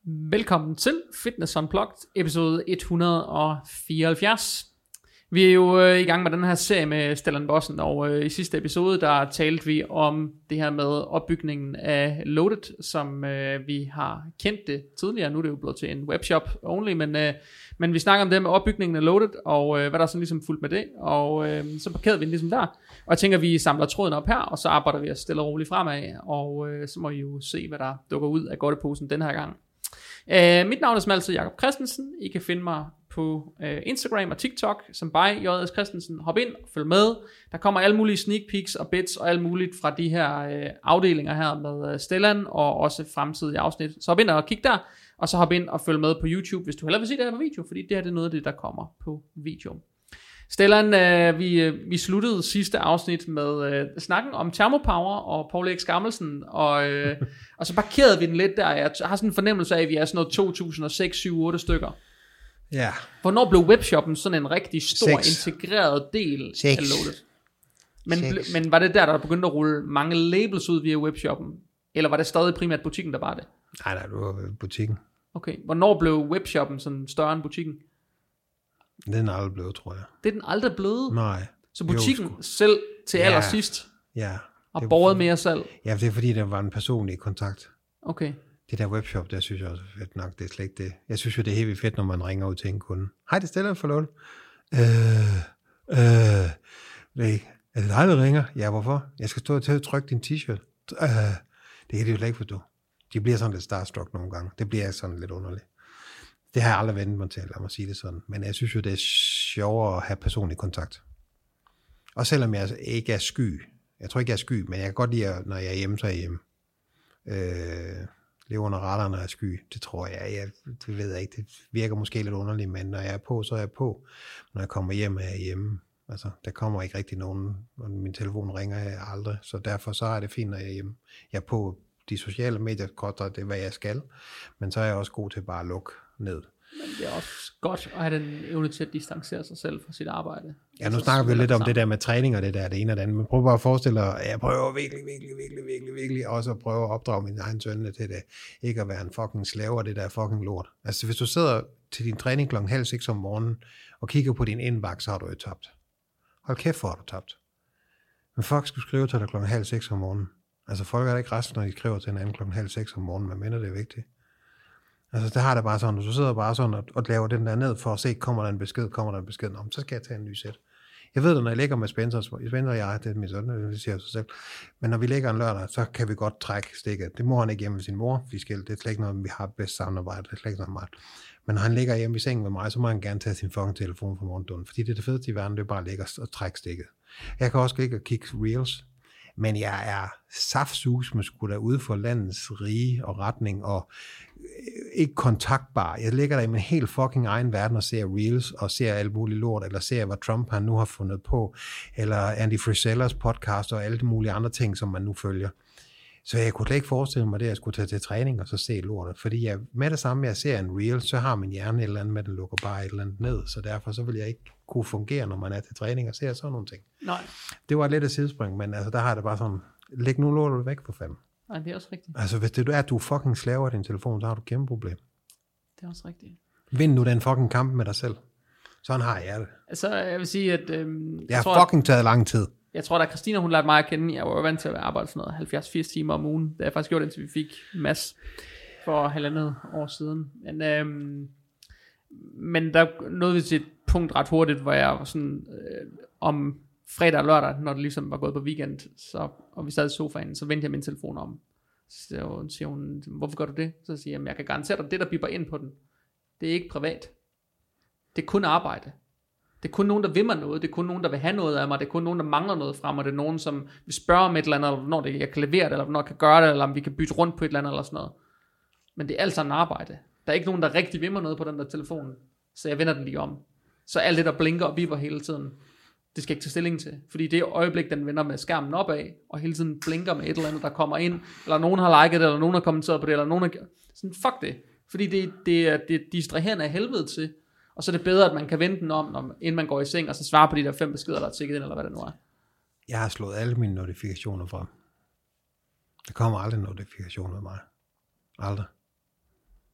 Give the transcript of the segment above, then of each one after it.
Velkommen til Fitness Unplugged, episode 174. Vi er jo i gang med den her serie med Stellan Bossen, og i sidste episode, der talte vi om det her med opbygningen af Loaded, som vi har kendt det tidligere. Nu er det jo blevet til en webshop only, men vi snakker om det med opbygningen af Loaded, og hvad der er sådan ligesom fuldt med det, og så parkerede vi den ligesom der. Og jeg tænker, vi samler tråden op her, og så arbejder vi os stille og roligt fremad, og så må I jo se, hvad der dukker ud af godteposen den her gang. Mit navn er som altid Jakob Christensen. I kan finde mig på Instagram og TikTok som by JS Christensen. Hop ind og følg med. Der kommer alle mulige sneak peeks og bits og alt muligt fra de her afdelinger her med Stellan og også fremtidige afsnit. Så hop ind og kig der, og så hop ind og følg med på YouTube, hvis du hellere vil se det her på video, fordi det her det er noget af det, der kommer på video. Stellan, vi sluttede sidste afsnit med snakken om Thermopower og Paul Erik Skammelsen, og så parkerede vi den lidt der. Jeg har sådan en fornemmelse af, at vi er sådan noget 2006, 7, 8 stykker. Ja. Hvornår blev webshoppen sådan en rigtig stor, integreret del af Loaded? Men var det der begyndte at rulle mange labels ud via webshoppen? Eller var det stadig primært butikken, der var det? Nej, det var butikken. Okay, hvornår blev webshoppen sådan større end butikken? Det er den aldrig blevet, tror jeg. Det er den aldrig blevet? Nej. Så butikken selv til allersidst? Ja. Og borget mere salg? Ja, det er fordi, der var en personlig kontakt. Okay. Det der webshop, der synes jeg også er fedt nok. Det er slet ikke det. Jeg synes jo, det er helt fedt, når man ringer ud til en kunde. Hej, det er Stellan for Loaded. Er det dig, der ringer? Ja, hvorfor? Jeg skal stå til at trykke din t-shirt. Det kan de jo slet ikke forstå. De bliver sådan lidt starstruck nogle gange. Det bliver sådan lidt underligt. Det har jeg aldrig vendt mig til, lad mig sige det sådan. Men jeg synes jo, det er sjovere at have personlig kontakt. Og selvom jeg ikke er sky. Jeg tror ikke, jeg er sky, men jeg kan godt lide, når jeg er hjemme, så er jeg hjemme. Leve under radaren, når jeg er sky. Det tror jeg. Det ved jeg ikke. Det virker måske lidt underligt, men når jeg er på, så er jeg på. Når jeg kommer hjem, er jeg hjemme. Altså, der kommer ikke rigtig nogen. Og min telefon ringer jeg aldrig. Så derfor så er det fint, når jeg er hjemme. Jeg er på de sociale medier, koster det, hvad jeg skal. Men så er jeg også god til bare at lukke ned. Men det er også godt at have den evne til at distancere sig selv fra sit arbejde. Ja, nu snakker vi lidt om det der med træning og det der, det ene og det andet. Men prøv bare at forestille dig, at jeg prøver virkelig også at prøve at opdrage min egen søn til det. Ikke at være en fucking slave af det der fucking lort. Altså hvis du sidder til din træning klokken 5:30 om morgenen og kigger på din indbakke, så har du jo tabt. Hold kæft, for har du tabt. Men fuck skulle skrive til dig klokken 5:30 om morgenen. Altså folk er da ikke resten, når de skriver til en anden klokken 5:30 om morgenen, men mindre det er vigtigt. Altså det har det bare sådan, du sidder bare sådan og laver den der ned for at se, kommer der en besked, Nå, så skal jeg tage en ny sæt. Jeg ved det, når jeg ligger med Spencer og jeg, det er min søn, det siger sig selv, men når vi ligger en lørdag, så kan vi godt trække stikket. Det må han ikke hjemme med sin mor, det er slet ikke noget, vi har bedst samarbejde, det er slet ikke noget meget. Men når han ligger hjemme i sengen med mig, så må han gerne tage sin fucking telefon fra morgenstunden, fordi det er det fedeste i verden, det er bare at ligge og trække stikket. Jeg kan også ikke kigge reels, men jeg er saftsus med sgu da ude for landets rige og retning, og ikke kontaktbar. Jeg ligger der i min helt fucking egen verden og ser reels, og ser alt muligt lort, eller ser, hvad Trump han nu har fundet på, eller Andy Frisellas podcast, og alle de mulige andre ting, som man nu følger. Så jeg kunne slet ikke forestille mig det, at jeg skulle tage til træning, og så se lortet. Fordi med det samme, jeg ser en reel, så har min hjerne et eller andet med, den lukker bare et eller andet ned, så derfor så vil jeg ikke kunne fungere, når man er til træning og ser sådan nogle ting. Nej. Det var lidt et sidespring, men altså, der har det bare sådan, læg nu lortet væk for fanden. Nej, det er også rigtigt. Altså, hvis det er, at du fucking slaver din telefon, så har du et kæmpe problem. Det er også rigtigt. Vind nu den fucking kamp med dig selv. Sådan har jeg det. Altså, jeg vil sige, at jeg har fucking taget lang tid. Jeg tror, da Christina, hun lærte mig at kende, jeg var jo vant til at arbejde sådan noget 70-80 timer om ugen. Det har jeg faktisk gjort, indtil vi fik Mads for 1,5 år siden. Men der nåede vi til et punkt ret hurtigt, hvor jeg var sådan, om fredag og lørdag, når det ligesom var gået på weekend, og vi sad i sofaen, så vendte jeg min telefon om. Så siger hun, hvorfor gør du det? Så siger jeg, jeg kan garantere dig, det der bipper ind på den, det er ikke privat. Det er kun arbejde. Det er kun nogen, der vil mig noget. Det er kun nogen, der vil have noget af mig. Det er kun nogen, der mangler noget fra mig. Det er nogen, som vil spørge om et eller andet, eller hvornår jeg kan levere det, eller hvornår jeg kan gøre det, eller om vi kan bytte rundt på et eller andet, eller sådan noget. Men det er alt sammen arbejde. Der er ikke nogen, der rigtig vil mig noget på den der telefon. Så jeg vender den lige om. Så alt det, der blinker og bipper hele tiden, det skal jeg ikke tage stilling til. Fordi det øjeblik, den vender med skærmen opad, og hele tiden blinker med et eller andet, der kommer ind, eller nogen har liket det, eller nogen har kommenteret på det, eller nogen har... Sådan, fuck det. Fordi det er distraherende af helvede til. Og så er det bedre, at man kan vente den om, inden man går i seng, og så svare på de der 5 beskeder, der er tækket ind, eller hvad det nu er. Jeg har slået alle mine notifikationer frem. Der kommer aldrig notifikationer med mig. Aldrig.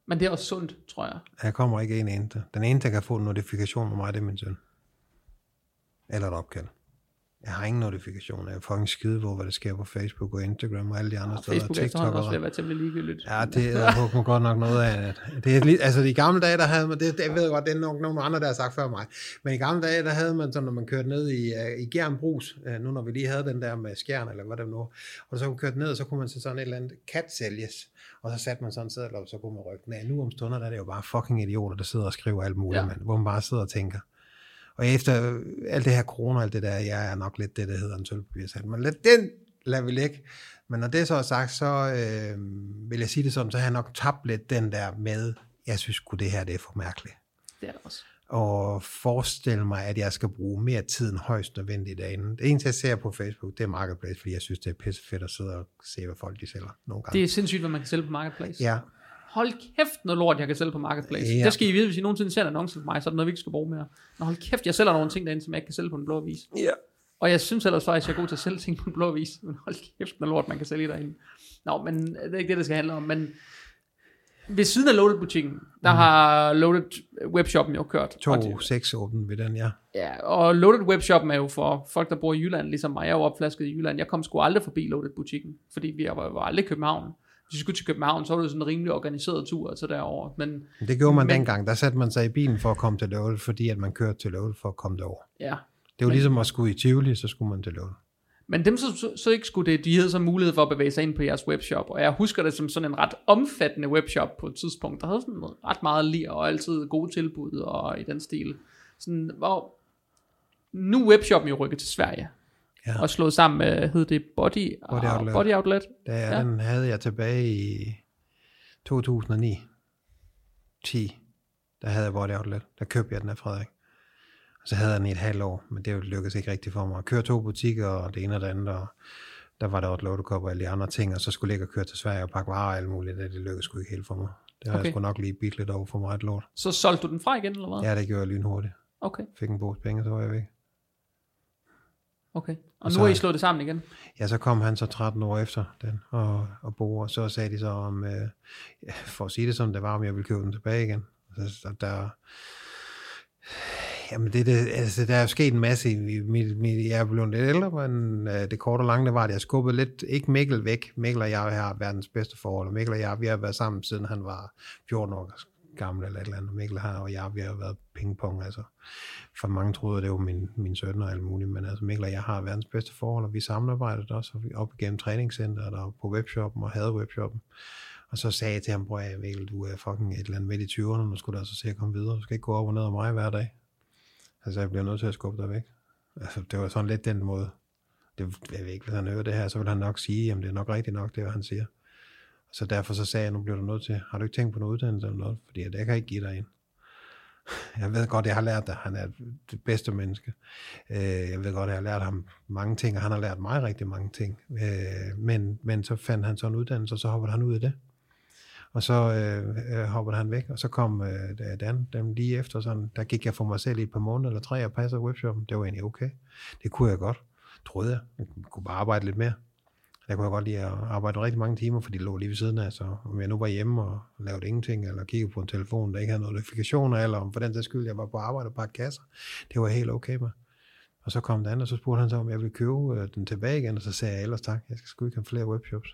Men det er også sundt, tror jeg. Jeg kommer ikke en eneste. Den ene, der kan få en notifikation med mig, det er min søn. Eller et opkald. Jeg har ingen notifikationer. Jeg er fucking skide på, hvad der sker på Facebook og Instagram og alle de andre steder. Facebook er efterhånden også ved at være temmelig ligegyldigt. Ja, det er man godt nok noget af. Det er lidt, altså i gamle dage, der havde man, det jeg ved godt, det er nogle andre, der har sagt før mig, men i gamle dage, der havde man sådan, når man kørte ned i Gjern Brugs, nu når vi lige havde den der med Skjern, eller hvad det nu, og så kørte ned, og så kunne man se sådan et eller andet kat sælges, og så satte man sådan en seddel op, så kunne man rykke den af. Nu om stunder, der er det jo bare fucking idioter, der sidder og skriver alt muligt, hvor man bare sidder og tænker. Og efter alt det her corona og alt det der, jeg er nok lidt det, der hedder en sølvpapirshat. Men den lader vi ligge. Men når det så er sagt, så vil jeg sige det sådan, så har jeg nok tabt lidt den der med, jeg synes sgu det her, det er for mærkeligt. Det er det også. Og forestille mig, at jeg skal bruge mere tid end højst nødvendigt derinde. Det eneste, jeg ser på Facebook, det er Marketplace, fordi jeg synes, det er pissefedt at sidde og se, hvad folk de sælger nogle gange. Det er sindssygt, hvad man kan sælge på Marketplace. Ja. Hold kæft, noget lort, jeg kan sælge på Marketplace. Ja. Det skal I vide, hvis I nogensinde sender en annonce for mig, så er det noget, vi ikke skal bruge mere. Nå, hold kæft, jeg sælger nogle ting derinde, som jeg ikke kan sælge på en blå avis. Ja. Og jeg synes ellers faktisk, jeg er god til at sælge ting på en blå avis. Men hold kæft, noget lort, man kan sælge derinde. Nå, men det er ikke det, det skal handle om. Men ved siden af Loaded-butikken, der har Loaded Webshoppen jo kørt. 2.6 åben ved den, ja. Ja, og Loaded Webshoppen er jo for folk, der bor i Jylland, ligesom mig. Jeg er jo opflasket i Jylland. Jeg kom sgu aldrig forbi Loaded-butikken, fordi vi var aldrig i København. Hvis vi skulle til København, så var det sådan en rimelig organiseret tur til derover. Men det gjorde man dengang. Der satte man sig i bilen for at komme til Loaded, fordi at man kørte til Loaded for at komme derover. Ja. Det var ligesom at skulle i Tivoli, så skulle man til Loaded. Men dem så ikke skulle det, de havde så mulighed for at bevæge sig ind på jeres webshop. Og jeg husker det som sådan en ret omfattende webshop på et tidspunkt. Der havde sådan ret meget lir og altid gode tilbud og i den stil. Sådan, hvor nu er webshoppen jo rykket til Sverige. Ja. Og slået sammen med, hed det Body Outlet. Den havde jeg tilbage i 2009. 10. Der havde jeg Body Outlet. Der købte jeg den af Frederik. Og så havde jeg den i et halvt år, men det lykkedes ikke rigtigt for mig. At køre 2 butikker, og det ene og det andet, og der var der også Loaded og alle de andre ting, og så skulle jeg ikke køre til Sverige og pakke varer og alt muligt. Det lykkedes sgu ikke helt for mig. Det har jeg sgu nok lige bidt lidt over for mig et lort. Så solgte du den fra igen, eller hvad? Ja, det gjorde jeg lynhurtigt. Okay. Fik en pose penge, så var jeg væk. Okay. Og nu er I slået det sammen igen? Ja, så kom han så 13 år efter den og bo, og så sagde de så om, for at sige det som det var, om jeg ville købe den tilbage igen. Så der... Jamen altså, der er jo sket en masse jeg er blevet lidt ældre, men det korte og lange, det var, at jeg skubbede lidt, ikke Mikkel væk. Mikkel og jeg har verdens bedste forhold, og Mikkel og jeg, vi har været sammen, siden han var 14 år gammel eller et eller andet. Mikkel og jeg, vi har været pingpong, altså. For mange troede, det var min søn og alt muligt, men altså Mikkel og jeg har verdens bedste forhold, og vi samarbejdet også op igennem træningscenteret og på webshoppen og havde webshoppen. Og så sagde jeg til ham, bror, Mikkel, du er fucking et eller andet midt i 20'erne, nu skulle du altså se at komme videre. Du skal ikke gå op og ned af mig hver dag. Altså, jeg bliver nødt til at skubbe dig væk. Altså, det var sådan lidt den måde. Jeg ved ikke, hvis han hører det her, så vil han nok sige, jamen det er nok rigtigt nok, det hvad han siger. Og så derfor så sagde jeg, nu bliver du nødt til, har du ikke tænkt på noget uddannelse eller noget? Fordi jeg kan ikke give dig en. Jeg ved godt, jeg har lært dig, han er det bedste menneske. Jeg ved godt, jeg har lært ham mange ting, og han har lært mig rigtig mange ting. Men så fandt han sådan en uddannelse, og så hoppede han ud af det. Og så hoppede han væk, og så kom Dan lige efter, sådan, der gik jeg for mig selv i et par måneder eller 3 og passede webshoppen. Det var egentlig okay. Det kunne jeg godt, troede jeg. Jeg kunne bare arbejde lidt mere. Der kunne jeg godt lide at arbejde rigtig mange timer, fordi det lå lige ved siden af. Så om jeg nu var hjemme og lavede ingenting, eller kiggede på en telefon, der ikke havde notifikationer, eller om for den sags skyld, jeg var på arbejde og pakke kasser, det var helt okay med. Og så kom Dan, og så spurgte han så, om jeg ville købe den tilbage igen, og så sagde jeg ellers tak, jeg skal sgu ikke have flere webshops.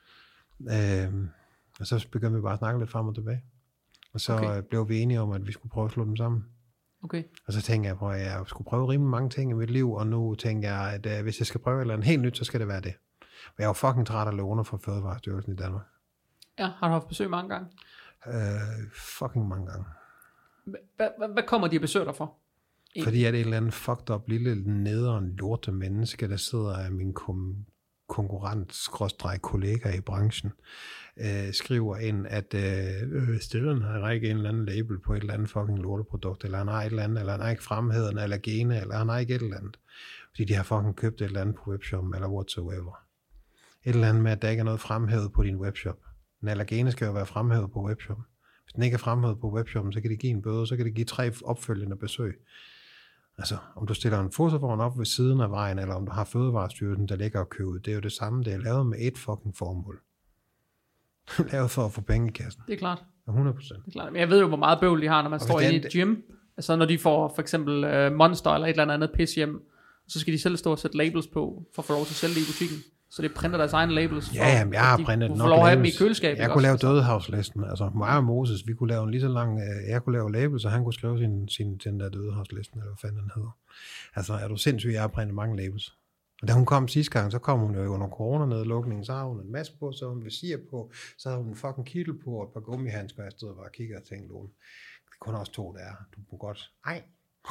Og så begyndte vi bare at snakke lidt frem og tilbage. Og så blev vi enige om, at vi skulle prøve at slå dem sammen. Okay. Og så tænkte jeg på, at jeg skulle prøve rimelig mange ting i mit liv, og nu tænker jeg, at hvis jeg skal prøve et eller andet helt nyt, så skal det være det. Og jeg var fucking træt af låner fra Fødevarestyrelsen i Danmark. Ja, har du haft besøg mange gange? Fucking mange gange. Hvad kommer de at besøge dig for? Fordi at et eller andet fucked up lille nederen lorte menneske, der sidder af min konkurrent-kollega i branchen, skriver ind, at Stellan har ikke en eller anden label på et eller andet fucking lorteprodukt, eller han har et eller andet, eller han har ikke fremheden, eller gene, eller han har ikke et eller andet. Fordi de har fucking købt et eller andet på webshoppen, eller whatsoever. Et eller andet med, at der ikke er noget fremhævet på din webshop. En allergene skal jo være fremhævet på webshoppen. Hvis den ikke er fremhævet på webshoppen, så kan de give en bøde, så kan de give 3 opfølgende besøg. Altså, om du stiller en fotovogn op ved siden af vejen, eller om du har Fødevarestyrelsen, der ligger og køber ud, det er jo det samme. Det er lavet med et fucking formål. Lavet for at få penge i kassen. Det er klart. 100%. Det er klart. Men jeg ved jo, hvor meget bøvl de har, når man står inde i et gym. Altså når de får for eksempel Monster eller et eller andet pis hjem, så skal de selv stå og sætte labels på, for at få lov til at sælge det i butikken. Så det printer deres egne labels. For, ja, jamen, jeg har printet nok labels. Have dem i køleskabet. Jeg kunne lave Dødehavslisten. Altså mig og Moses, vi kunne lave en lige så lang, jeg kunne lave labels, og han kunne skrive den der Dødehavslisten, eller hvad fanden den hedder. Altså er du sindssyg, jeg har printet mange labels. Og da hun kom sidste gang, så kom hun jo under coronanedlukningen, så havde hun en maske på, så havde hun visir på, så havde hun en fucking kittel på, og et par gummihandsker, og jeg stod og bare kiggede og tænkte, det er kun også 2 der. Du må godt. Ej.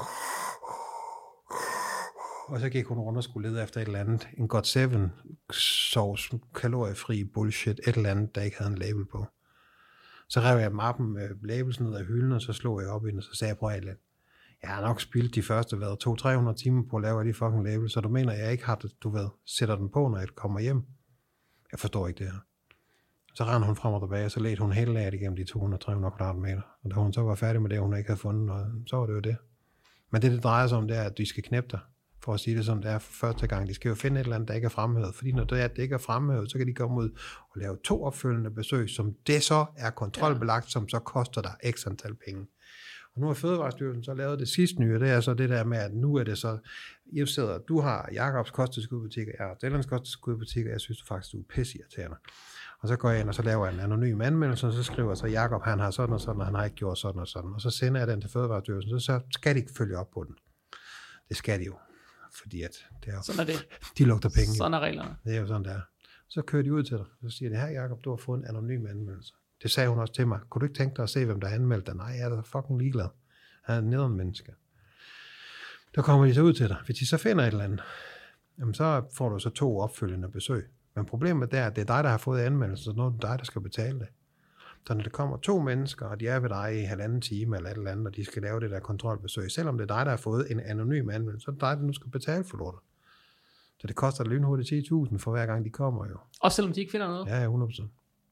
Og så gik hun rundt og skulle lede efter et eller andet, en God 7 sauce, kaloriefri bullshit, et eller andet, der ikke havde en label på. Så rev jeg mappen med labels ned af hylden, og så slog jeg op i den, og så sagde jeg, prøv at lidt. Jeg har nok spildt de første 200-300 timer på at lave de fucking labels, så du mener, jeg ikke har det, sætter den på, når jeg kommer hjem. Jeg forstår ikke det her. Så rendte hun frem og tilbage, og så ledte hun hele laget igennem de 200-300 kvadratmeter. Og da hun så var færdig med det, hun ikke havde fundet, og så var det jo det. Men det drejer sig om, det er, at de skal knæppe dig, for at sige det som det er for første gang. De skal jo finde et eller andet, der ikke er fremhævet. Fordi når det ikke er fremhævet, så kan de komme ud og lave 2 opfølgende besøg, som det så er kontrolbelagt, som så koster dig x antal penge. Og nu har Fødevarestyrelsen så lavet det sidste nye, det er så det der med, at nu er det så, du har Jakobs kosttilskudsbutik, og jeg har Dellans kosttilskudsbutik, og jeg synes faktisk, du er pisseirriterende. Og så går jeg ind, og så laver jeg en anonym anmeldelse, og så skriver så, Jakob, han har sådan og sådan, og han har ikke gjort sådan og sådan. Og så sender jeg den til Fødevarestyrelsen, så skal de ikke følge op på den. Det skal de jo, fordi at det er jo, sådan er det. De lugter penge. Sådan er reglerne. Det er jo sådan, der. Så kører de ud til dig, så siger de, her Jakob, du har fået en anonym anmeldelse. Det sagde hun også til mig. Kunne du ikke tænke dig at se, hvem der anmeldte dig? Nej, jeg er da fucking ligeglad. Han er en nederen menneske. Der kommer de så ud til dig. Hvis de så finder et eller andet, jamen så får du så 2 opfølgende besøg. Men problemet er, at det er dig, der har fået anmeldelsen, så nu er det dig, der skal betale det. Så når der kommer 2 mennesker, og de er ved dig i 1,5 time eller et eller andet, og de skal lave det der kontrolbesøg, selvom det er dig, der har fået en anonym anmeldelse, så er det dig, der nu skal betale for lortet. Så det koster lynhurtigt 10.000 for hver gang de kommer jo. Også selvom de ikke finder noget? Ja, 100%.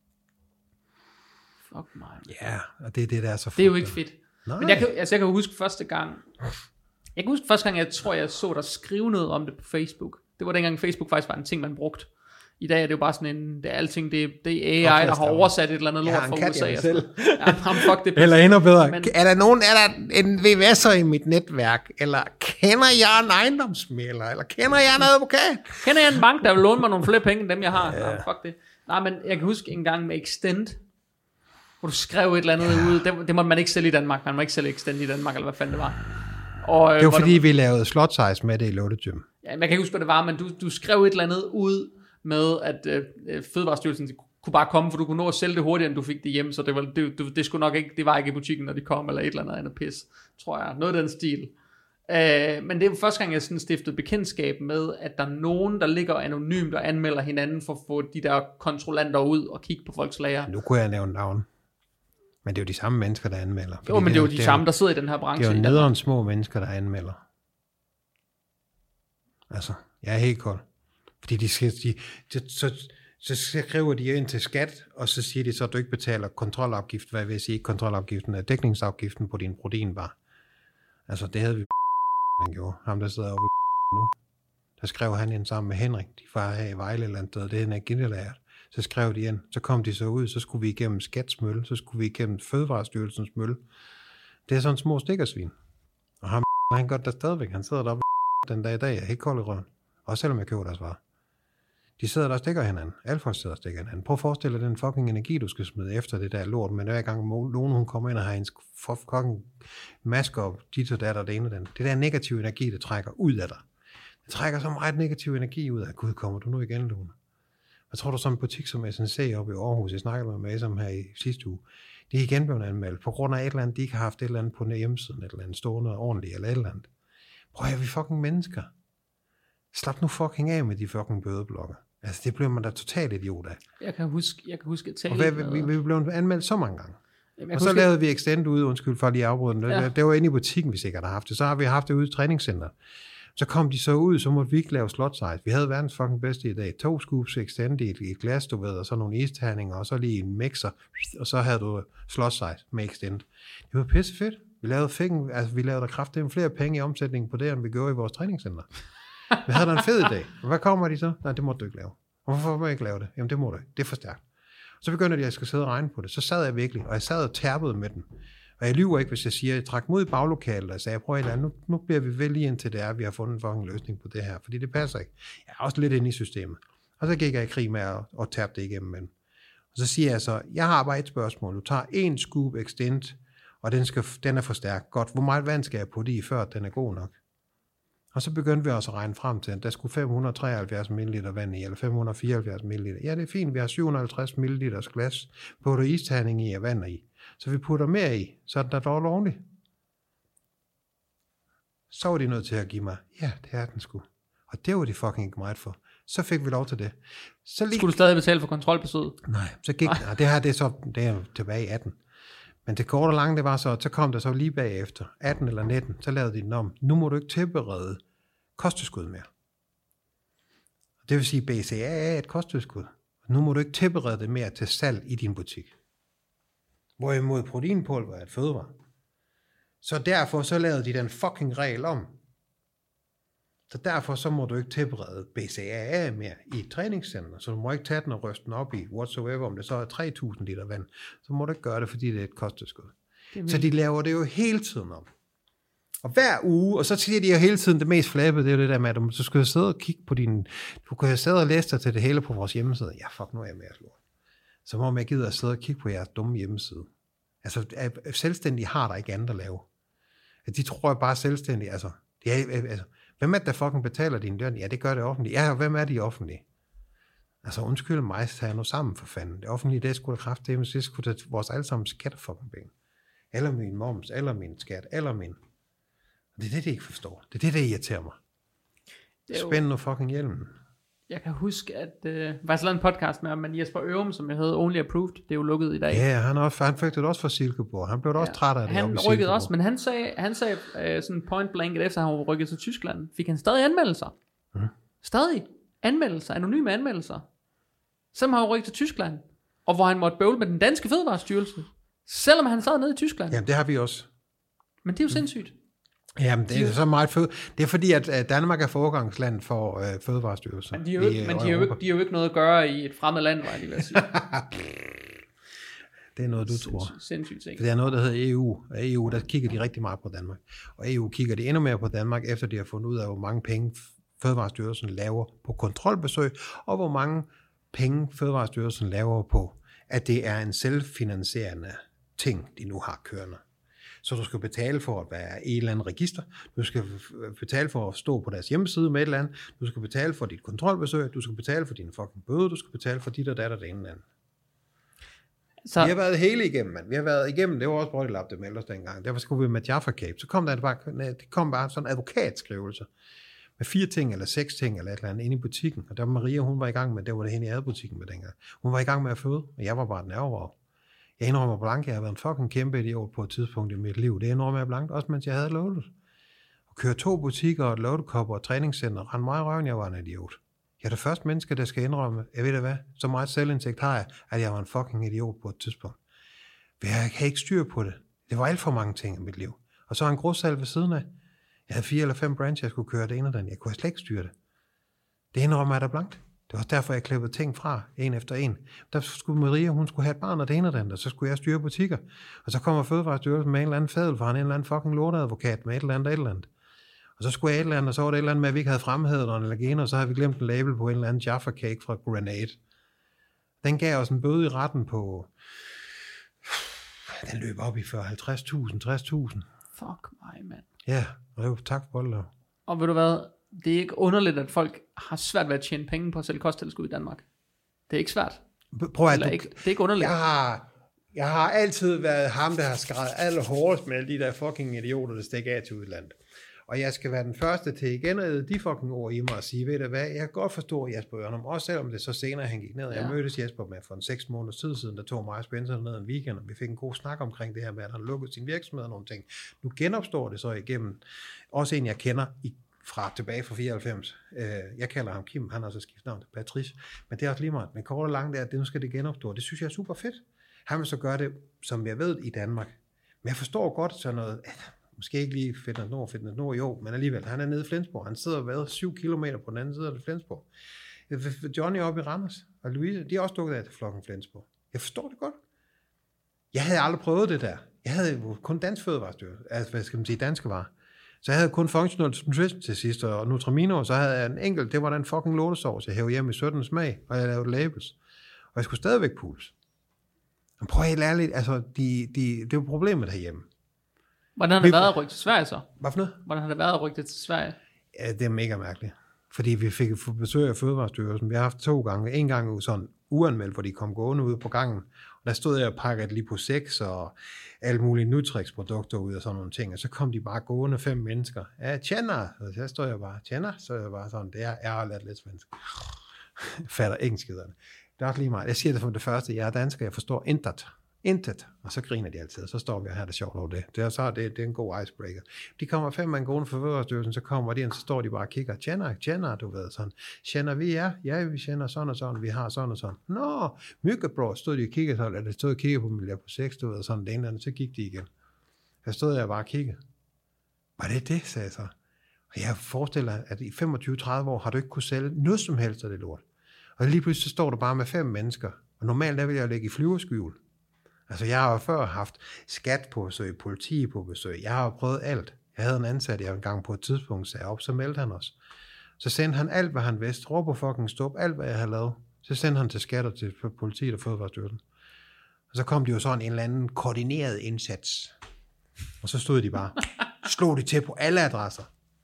Fuck mig. Ja, og det er det, der er så det er jo ikke fedt. Nej. Men jeg kan huske første gang, jeg tror, jeg så dig skrive noget om det på Facebook. Det var dengang Facebook faktisk var en ting, man brugte. I dag er det jo bare sådan en, det er alting, det er AI, der har oversat et eller andet lort fra USA. Ja, fuck det. Eller endnu bedre. Men, er der en VVS'er i mit netværk? Eller kender jeg en ejendomsmægler? Eller kender jeg en advokat? Kender jeg en bank, der vil låne mig nogle flere penge, end dem jeg har? Ja. Fuck det. Nej, men jeg kan huske en gang med Extend, hvor du skrev et eller andet ud. Det måtte man ikke sælge i Danmark. Man må ikke sælge Extend i Danmark, eller hvad fanden det var. Og, det var fordi, vi lavede slot size med det i Lotte-gym. Ja, man kan ikke huske, hvad det var, men du skrev et eller andet ud med, at Fødevarestyrelsen kunne bare komme, for du kunne nå at sælge det hurtigere, end du fik det hjem, så det skulle nok ikke, det var ikke i butikken, når de kom, eller et eller andet pis, tror jeg. Noget af den stil. Men det er første gang, jeg sådan stiftede bekendtskab med, at der er nogen, der ligger anonymt og anmelder hinanden for at få de der kontrollanter ud og kigge på folks lager. Nu kunne jeg nævne navn. Men det er jo de samme mennesker, der anmelder. Jo, men det er jo de samme, der sidder i den her branche. Det er jo nederen små mennesker, der anmelder. Altså, jeg er helt kold. Fordi så skriver de ind til skat, og så siger de så, at du ikke betaler kontrolafgift. Hvad vil jeg sige? Kontrolafgiften er dækningsafgiften på din proteinbar. Altså, det havde vi han gjorde. Ham, der sidder oppe nu. Der skrev han ind sammen med Henrik. De var her i Vejle eller andet, det er energilært. Så skrev de ind. Så kom de så ud, så skulle vi igennem Skats mølle, så skulle vi igennem Fødevarestyrelsens mølle. Det er sådan små stikkersvin. Og ham, han gør der stadigvæk. Han sidder deroppe den dag i dag, er helt kold i røven. Også selvom jeg køber deres varer. De sidder der og stikker hinanden. Alle folk sidder og stikker hinanden. Prøv at forestille dig den fucking energi, du skal smide efter det der lort. Men hver gang nogen hun kommer ind og har en fucking maske op, dit og datter, det ene og den. Det der negative energi, det trækker ud af dig. Det trækker så meget negativ energi ud af. Gud, kommer du nu igen, Lone? Hvad tror du, som en butik som SNC oppe i Aarhus, jeg snakkede med som her i sidste uge, de er igen blevet anmeldt, på grund af et eller andet, de ikke har haft et eller andet på hjemmesiden, et eller andet stående ordentligt, eller et eller andet. Prøv at vi fucking mennesker. Slap nu fucking af med de fucking bødeblokke. Altså, det bliver man da totalt idiot af. Jeg kan huske at tale og vi blev anmeldt så mange gange. Og så lavede vi Extend ude, undskyld for lige afbryde den. Ja. Det var inde i butikken, vi sikkert har haft det. Så har vi haft det ude i træningscenter. Så kom de så ud, så måtte vi ikke lave slot size. Vi havde verdens fucking bedste i dag. 2 scoops Extend i et glas, du ved, og så nogle isterninger, og så lige en mixer, og så havde du slot size med Extend. Det var pisse fedt. Vi lavede der kraftigt flere penge i omsætningen på det, end vi gjorde i vores træningscenter. Vi havde da en fed dag. Hvad kommer de så? Nej, det må du ikke lave. Hvorfor må jeg ikke lave det? Jamen, det må du ikke. Det er for stærkt. Så begynder de, at jeg skal sidde og regne på det. Så sad jeg virkelig, og jeg sad og tærpede med den. Og jeg lyver ikke, hvis jeg siger, at jeg trak mod i baglokalet og sagde, prøv at nu bliver vi vel lige indtil det er, at vi har fundet en fucking løsning på det her, fordi det passer ikke. Jeg er også lidt inde i systemet. Og så gik jeg i krig med at tabe det igennem. Men. Og så siger jeg så, jeg har bare et spørgsmål. Du tager en scoop extend, og den er for stærk. Godt, hvor meget vand skal jeg putte i, før den er god nok? Og så begyndte vi også at regne frem til, at der skulle 573 ml vand i, eller 574 ml. Ja, det er fint, vi har 750 ml glas, putter isterning i og vand i. Så vi putter mere i, så der er dog lovligt. Så var de nødt til at give mig, ja, det er den sgu. Og det var de fucking ikke meget for. Så fik vi lov til det. Skulle du stadig betale for kontrolbesøget? Nej, så gik det her, det er tilbage i 18. Men det korte og lange, det var så kom der så lige bagefter, 18 eller 19, så lavede de den om. Nu må du ikke tilberede kosttilskud mere. Det vil sige, BCAA er et kosttilskud. Nu må du ikke tilberede det mere til salg i din butik. Hvorimod proteinpulver er et fødevare. Så derfor så lavede de den fucking regel om. Så derfor så må du ikke tilberede BCAA mere i et træningscenter. Så du må ikke tage den og ryste den op i whatsoever, om det så er 3.000 liter vand. Så må du ikke gøre det, fordi det er et kosttilskud. Så de laver det jo hele tiden om. Og hver uge, og så siger de jo hele tiden, det mest flabbede, det er jo det der med, at du skal sidde og kigge på du kan sidde og læse dig til det hele på vores hjemmeside. Ja, fuck, nu er jeg med at slå. Så må man gider at sidde og kigge på jeres dumme hjemmeside. Altså, selvstændige har der ikke andet at lave. De tror bare selvstændige, altså, hvem er det, der fucking betaler din løn? Ja, det gør det offentlige. Ja, og hvem er de offentlige? Altså, undskyld mig, så tager jeg nu sammen for fanden. Det offentlige, det skulle da kraftedeme, så skulle det vores allesammen skat fucking penge. Eller min moms, eller min skat, eller min. Og det er det, de ikke forstår. Det er det, der irriterer mig. Spænd nu fucking hjelmen. Jeg kan huske, at var så lavet en podcast med ham, men Jesper Ørum, som jeg havde Only Approved, det er jo lukket i dag. Ja, han fik det også fra Silkeborg. Han blev også træt af det. Han rykkede også, men han sagde sådan point blank, at efter han var rykket til Tyskland, fik han stadig anmeldelser. Stadig anmeldelser, anonyme anmeldelser. Selvom han var rykket til Tyskland, og hvor han måtte bøvle med den danske fødevarestyrelse, selvom han sad nede i Tyskland. Jamen, det har vi også. Men det er jo sindssygt. Jamen, det er så meget det er fordi, at Danmark er foregangsland for fødevarestyrelsen. Men de har jo ikke noget at gøre i et fremmed land, var jeg lige ved at sige. Det er noget, du tror. Sindssygt ting. For det er noget, der hedder EU. Og EU, der kigger de rigtig meget på Danmark. Og EU kigger de endnu mere på Danmark, efter de har fundet ud af, hvor mange penge Fødevarestyrelsen laver på kontrolbesøg, og hvor mange penge Fødevarestyrelsen laver på, at det er en selvfinansierende ting, de nu har kørende. Så du skal betale for at være i et eller andet register, du skal betale for at stå på deres hjemmeside med et eller andet, du skal betale for dit kontrolbesøg, du skal betale for din fucking bøde, du skal betale for dit og dat og det ene eller andet. Så. Vi har været hele igennem, mand. Vi har været igennem, det var også Bodylab, der meldte os dengang. Derfor skulle vi med Jaffa Cape. Så kom der bare sådan en advokatskrivelse med 4 ting, eller 6 ting, eller et eller andet inde i butikken. Og der var Maria, hun var i gang med, det var det hende, jeg havde butikken med dengang. Hun var i gang med at føde, og jeg var bare den ærgervare. Jeg indrømmer blankt, jeg har været en fucking kæmpe idiot på et tidspunkt i mit liv. Det indrømmer jeg blankt, også mens jeg havde loadet. Og køre 2 butikker og et loadekopper og træningscenter, rende mig i røven, jeg var en idiot. Jeg er det første menneske, der skal indrømme, jeg ved det hvad, så meget selvindsigt har jeg, at jeg var en fucking idiot på et tidspunkt. Men jeg kan ikke styre på det. Det var alt for mange ting i mit liv. Og så en grussalg ved siden af. Jeg havde 4 eller 5 branches, jeg skulle køre det ene og den. Jeg kunne slet ikke styre det. Det indrømmer jeg da blankt. Det var også derfor, jeg klippede ting fra, en efter en. Der skulle Maria, hun skulle have et barn og det ene og den, og så skulle jeg styre butikker. Og så kommer Fødevarestyrelsen med en eller anden fadel fra en eller anden fucking lorteadvokat med et eller andet. Og så skulle jeg et eller andet, og så var det et eller andet med, at vi ikke havde fremhævet en allergen, og så havde vi glemt en label på en eller anden Jaffa Cake fra Grenade. Den gav os en bøde i retten på, den løb op i 40, 50.000, 60.000. Fuck mig, mand. Ja, og det var tak for det. Og ved du hvad, det er ikke underligt, at folk har svært ved at tjene penge på at sælge kosttilskud i Danmark. Det er ikke svært. Prøv at det er ikke underligt. Jeg har altid været ham, der har skrevet allerhårdest med alle de der fucking idioter, der stikker af til udlandet. Og jeg skal være den første til igen at æde de fucking ord i mig og sige, ved du hvad, jeg kan godt forstå Jesper Ørnum, også selvom det så senere han gik ned. Ja. Jeg mødtes Jesper med for 6 måneder tid siden, der tog mig og Spencer ned en weekend, og vi fik en god snak omkring det her med, at han lukkede sin virksomhed og nogle ting. Nu genopstår det så igennem, også en jeg kender fra tilbage fra 94. Jeg kalder ham Kim, han har så skiftet navn til Patrice, men det er også lige meget. Men kort og langt er, at nu skal det genopstå. Det synes jeg er super fedt. Han vil så gøre det, som jeg ved, i Danmark. Men jeg forstår godt sådan noget, måske ikke lige Fitness Nord, jo, men alligevel, han er nede i Flensborg. Han sidder 7 kilometer på den anden side af Flensborg. Johnny oppe i Randers, og Louise, de er også dukket af til flokken Flensborg. Jeg forstår det godt. Jeg havde aldrig prøvet det der. Jeg havde jo kun dansk fødevarestyrelse, altså hvad skal man sige, danske varer. Så jeg havde kun functional nutrition til sidst, og Nutramino, så havde jeg en enkelt, det var den fucking lortesovs, jeg hævde hjem i 17 smag, og jeg lavede labels. Og jeg skulle stadigvæk puls. Men prøv helt ærligt, altså, det er jo problemet herhjemme. Hvordan har det været at rykke til Sverige så? Hvad for noget? Hvordan har det været at rykke til Sverige? Ja, det er mega mærkeligt. Fordi vi fik besøg af Fødevarestyrelsen. Vi har haft 2 gange. En gang jo sådan uanmeldt, hvor de kom gående ud på gangen. Og der stod jeg og pakkede Lipo6 og alle mulige Nutrix-produkter ud og sådan nogle ting. Og så kom de bare gående 5 mennesker. Ja, tjener. Og så stod jeg bare, tjener. Så jeg bare sådan, det er ærligt lidt svensk. Fatter ikke skiderne. Det er også lige meget. Jeg siger det for det første, jeg er dansker, jeg forstår intet. Og så griner de altid, så står vi og har det sjovt over det. Det er en god icebreaker. De kommer 5 mand gående fra Fødevarestyrelsen, så kommer de ind, så står de bare og kigger. Tjener, du ved sådan. Tjener vi er? Ja, vi tjener sådan og sådan, vi har sådan og sådan. Nå, mycket bra, stod de og kiggede sådan, eller stod og kiggede på Miljø på 6, du ved, sådan det ene andet, så gik de igen. Så stod jeg bare og kiggede. Var det, sagde jeg så. Og jeg forestiller, at i 25-30 år har du ikke kunne sælge noget som helst af det lort. Og lige pludselig så står du bare med 5 mennesker. Og normalt der vil jeg lægge i flyverskjul. Altså, jeg har jo før haft skat på besøg, politi på besøg. Jeg har jo prøvet alt. Jeg havde en ansat, jeg engang på et tidspunkt sagde op, så meldte han os. Så sendte han alt, hvad han vidste. Råb og fucking stop, alt, hvad jeg havde lavet. Så sendte han til skat og til politiet og Fødevarestyrelsen. Og så kom de jo sådan en eller anden koordineret indsats. Og så stod de bare, slog de til på alle adresser.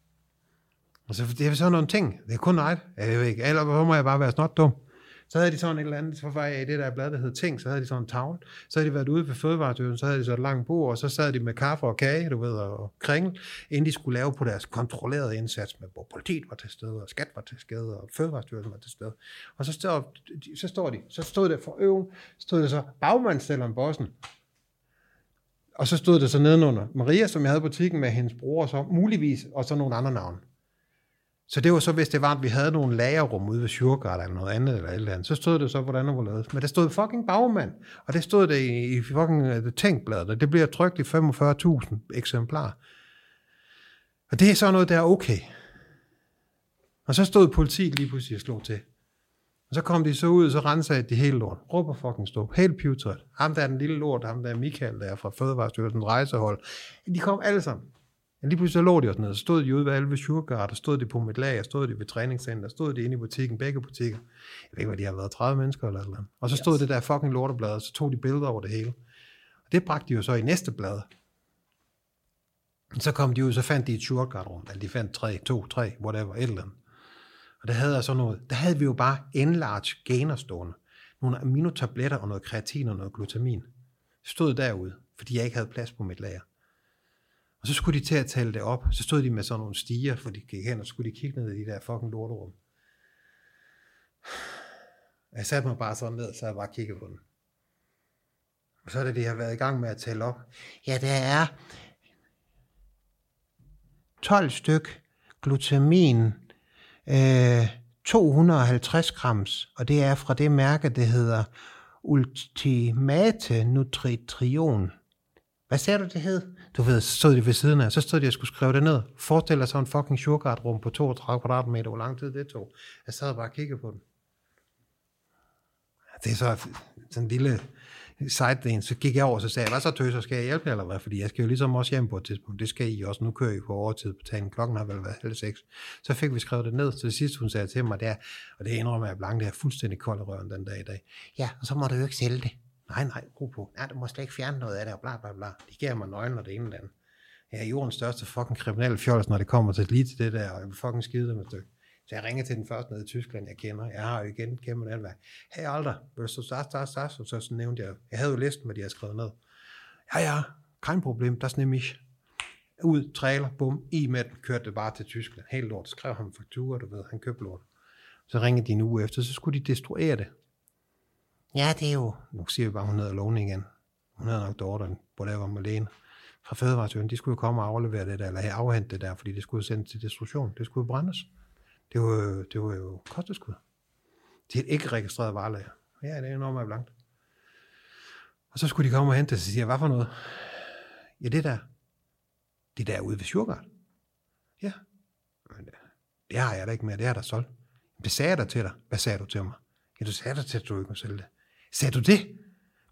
Og så det er sådan nogle ting. Det er kun nej. Jeg ved ikke. Eller hvor må jeg bare være snot dum. Så havde de sådan et eller andet, så var jeg i det der blad, der hed Ting, så havde de sådan en tavle. Så havde de været ude ved Fødevarestyrelsen, så havde de så et langt bord, og så sad de med kaffe og kage, du ved, og kringel, inden de skulle lave på deres kontrollerede indsats, med hvor politiet var til stede, og skat var til stede, og Fødevarestyrelsen var til stede. Og så stod der for øven, stod der så bagmand Stellan Bossen. Og så stod der så nedenunder Maria, som jeg havde butikken med hendes bror, og så muligvis, og så nogle andre navne. Så det var så, hvis det var, at vi havde nogle lagerrum ude ved Sjurgard eller noget andet eller et eller andet, så stod det så, hvordan det var lavet. Men der stod fucking bagmand, og det stod det i fucking tænkbladet, og det bliver trykt i 45.000 eksemplarer. Og det er så noget, der er okay. Og så stod politiet lige pludselig og slog til. Og så kom de så ud, og så rensede de hele lort. Råber fucking stop. Helt pivtøjet. Ham der er den lille lort, ham der er Michael, der er fra Fødevarestyrelsens rejsehold. De kom alle sammen. Og lige pludselig så lå de også ned, så stod de ude ved Alve Sjurgard, og stod de på mit lager, stod de ved træningscenter, stod de inde i butikken, begge butikker. Jeg ved ikke, hvad de har været, 30 mennesker eller noget. Og så stod det der fucking lorteblad, og så tog de billeder over det hele. Og det bragte de jo så i næste blad. Så kom de ud, så fandt de et Sjurgard-rum, eller de fandt 3, whatever, et eller andet. Og der havde så noget, der havde vi jo bare enlarge gainer stående. Nogle aminotabletter og noget kreatin og noget glutamin. Det stod derude, fordi jeg ikke havde plads på mit lager. Og så skulle de til at tale det op. Så stod de med sådan nogle stiger, for de gik hen, og så skulle de kigge ned i de der fucking lorterum. Jeg satte mig bare sådan ned, så jeg bare kiggede på den. Og så er det, de har været i gang med at tælle op. Ja, der er 12 styk glutamin, 250 grams, og det er fra det mærke, det hedder Ultimate Nutrition. Hvad sagde du, det hed? Du ved, så stod de ved siden af, så stod de og skulle skrive det ned. Forestil dig så en fucking Sjurgard-rum på 32 kvadratmeter, hvor lang tid det tog. Jeg sad bare og kiggede på den. Det er så sådan en lille side-thing. Så gik jeg over, så sagde jeg, hvad så tøser, skal jeg hjælpe eller hvad? Fordi jeg skal jo ligesom også hjem på et tidspunkt. Det skal I også. Nu kører I på overtidsbetaling. Klokken har vel været 5:30. Så fik vi skrevet det ned. Så det sidste, hun sagde til mig, det er, og det indrømmer jeg blankt, det er fuldstændig kold i røven den dag i dag. Ja, og så må du jo ikke sælge det. Nej, ro på. Nej, du må slet ikke fjerne noget af det, og bla bla bla. De giver mig nøglen og det ene eller andet. Jeg er jordens største fucking kriminelle fjols, når det kommer til lige til det der, og jeg vil fucking skide dem et stykke. Så jeg ringer til den første nede i Tyskland, jeg kender. Jeg har jo igen kæmpe netværk. Hey Alder, vil du så og så nævnte jeg havde jo listen, hvad de har skrevet ned. Ja, kein problem, das nehme ich. Ud, trailer, bum, i med den, kørte det bare til Tyskland. Helt lort, skrev ham fakturer, du ved, han købte lort. Så ringede de en uge efter, så skulle de destruere det. Ja, det er jo... Nu siger vi bare, hun hedder Lone igen. Hun hedder nok Dorten, whatever, Marlene. Fra Fødevarestyrelsen, de skulle jo komme og aflevere det der, eller afhente det der, fordi det skulle sendes til destruktion. Det skulle brændes. Det var jo kosteskud. Det er et ikke registreret varelager. Ja, det er enormt blankt. Og så skulle de komme og hente det, så siger jeg, hvad for noget? Ja, det der ude ved Sjurgard. Ja. Men det har jeg da ikke mere, det har der solgt. Det sagde jeg da til dig. Hvad sagde du til mig? Ja, du sagde da til, at du ikke må sælge det. Sagde du det?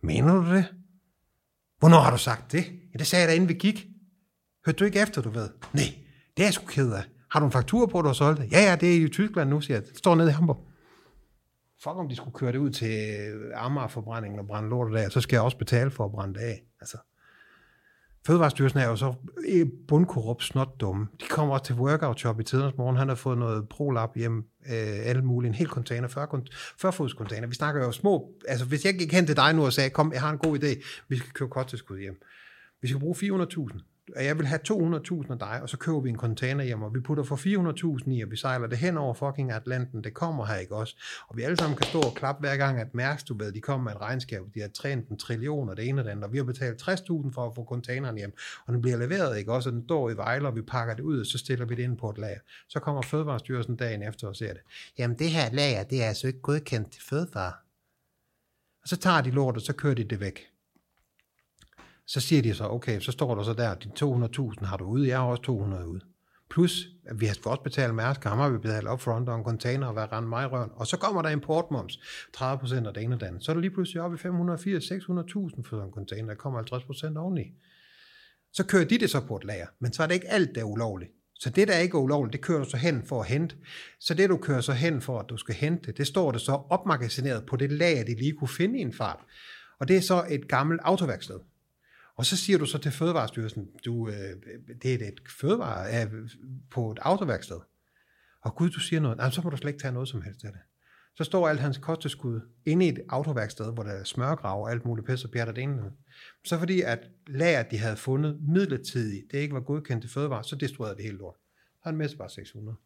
Mener du det? Hvornår har du sagt det? Ja, det sagde jeg da, inden vi gik. Hørte du ikke efter, du ved? Nej, det er jeg sgu ked af. Har du en faktur på, du har solgt det? Ja, det er i Tyskland nu, siger jeg. Det står nede i Hamburg. Fuck, om de skulle køre det ud til Amagerforbrændingen og brænde lortet af, så skal jeg også betale for at brænde det af. Altså, Fødevarestyrelsen er jo så bundkorrupt snot dumme. De kommer også til workout shop i tidens morgen. Han har fået noget ProLab hjem, alle mulige, en hel container, 40 fods container. Vi snakker jo små, altså hvis jeg gik hen til dig nu og sagde, kom, jeg har en god idé, vi skal købe kosttilskud hjem. Vi skal bruge 400.000. Og jeg vil have 200.000 af dig, og så køber vi en container hjem, og vi putter for 400.000 i, og vi sejler det hen over fucking Atlanten, det kommer her, ikke også? Og vi alle sammen kan stå og klappe hver gang, at Mærsk, du ved, de kommer med et regnskab, de har trænet en trillion og det ene og det andet, og vi har betalt 60.000 for at få containeren hjem, og den bliver leveret, ikke også? Og den står i Vejle, og vi pakker det ud, og så stiller vi det ind på et lager. Så kommer Fødevarestyrelsen dagen efter og ser det. Jamen det her lager, det er altså ikke godkendt til fødevare. Og så tager de lort, og så kører de det væk. Så siger de så, okay, så står der så der, de 200.000 har du ude, jeg har også 200 ude. Plus, at vi har også betalt Mærsk, ham har vi betalt upfront og en container og hvad rende mig røven. Og så kommer der importmoms, 30% af det ene og det andet. Så er der lige pludselig oppe i 580-600.000 for en container, der kommer 50% oveni. Så kører de det så på et lager, men så er det ikke alt, der er ulovligt. Så det, der ikke er ulovligt, det kører du så hen for at hente. Så det, du kører så hen for, at du skal hente, det står det så opmagasineret på det lager, de lige kunne finde i en fart. Og det er så et gammelt autoværksted. Og så siger du så til Fødevarestyrelsen, det er et fødevare på et autoværksted. Og gud, du siger noget, så må du slet ikke tage noget som helst af det. Så står alt hans kosttilskud inde i et autoværksted, hvor der er smørgrav og alt muligt pisse og pjat af det ene. Så fordi at lageret, de havde fundet midlertidigt, det ikke var godkendt til fødevare, så destruerede det hele lort. Så han mistede bare 600.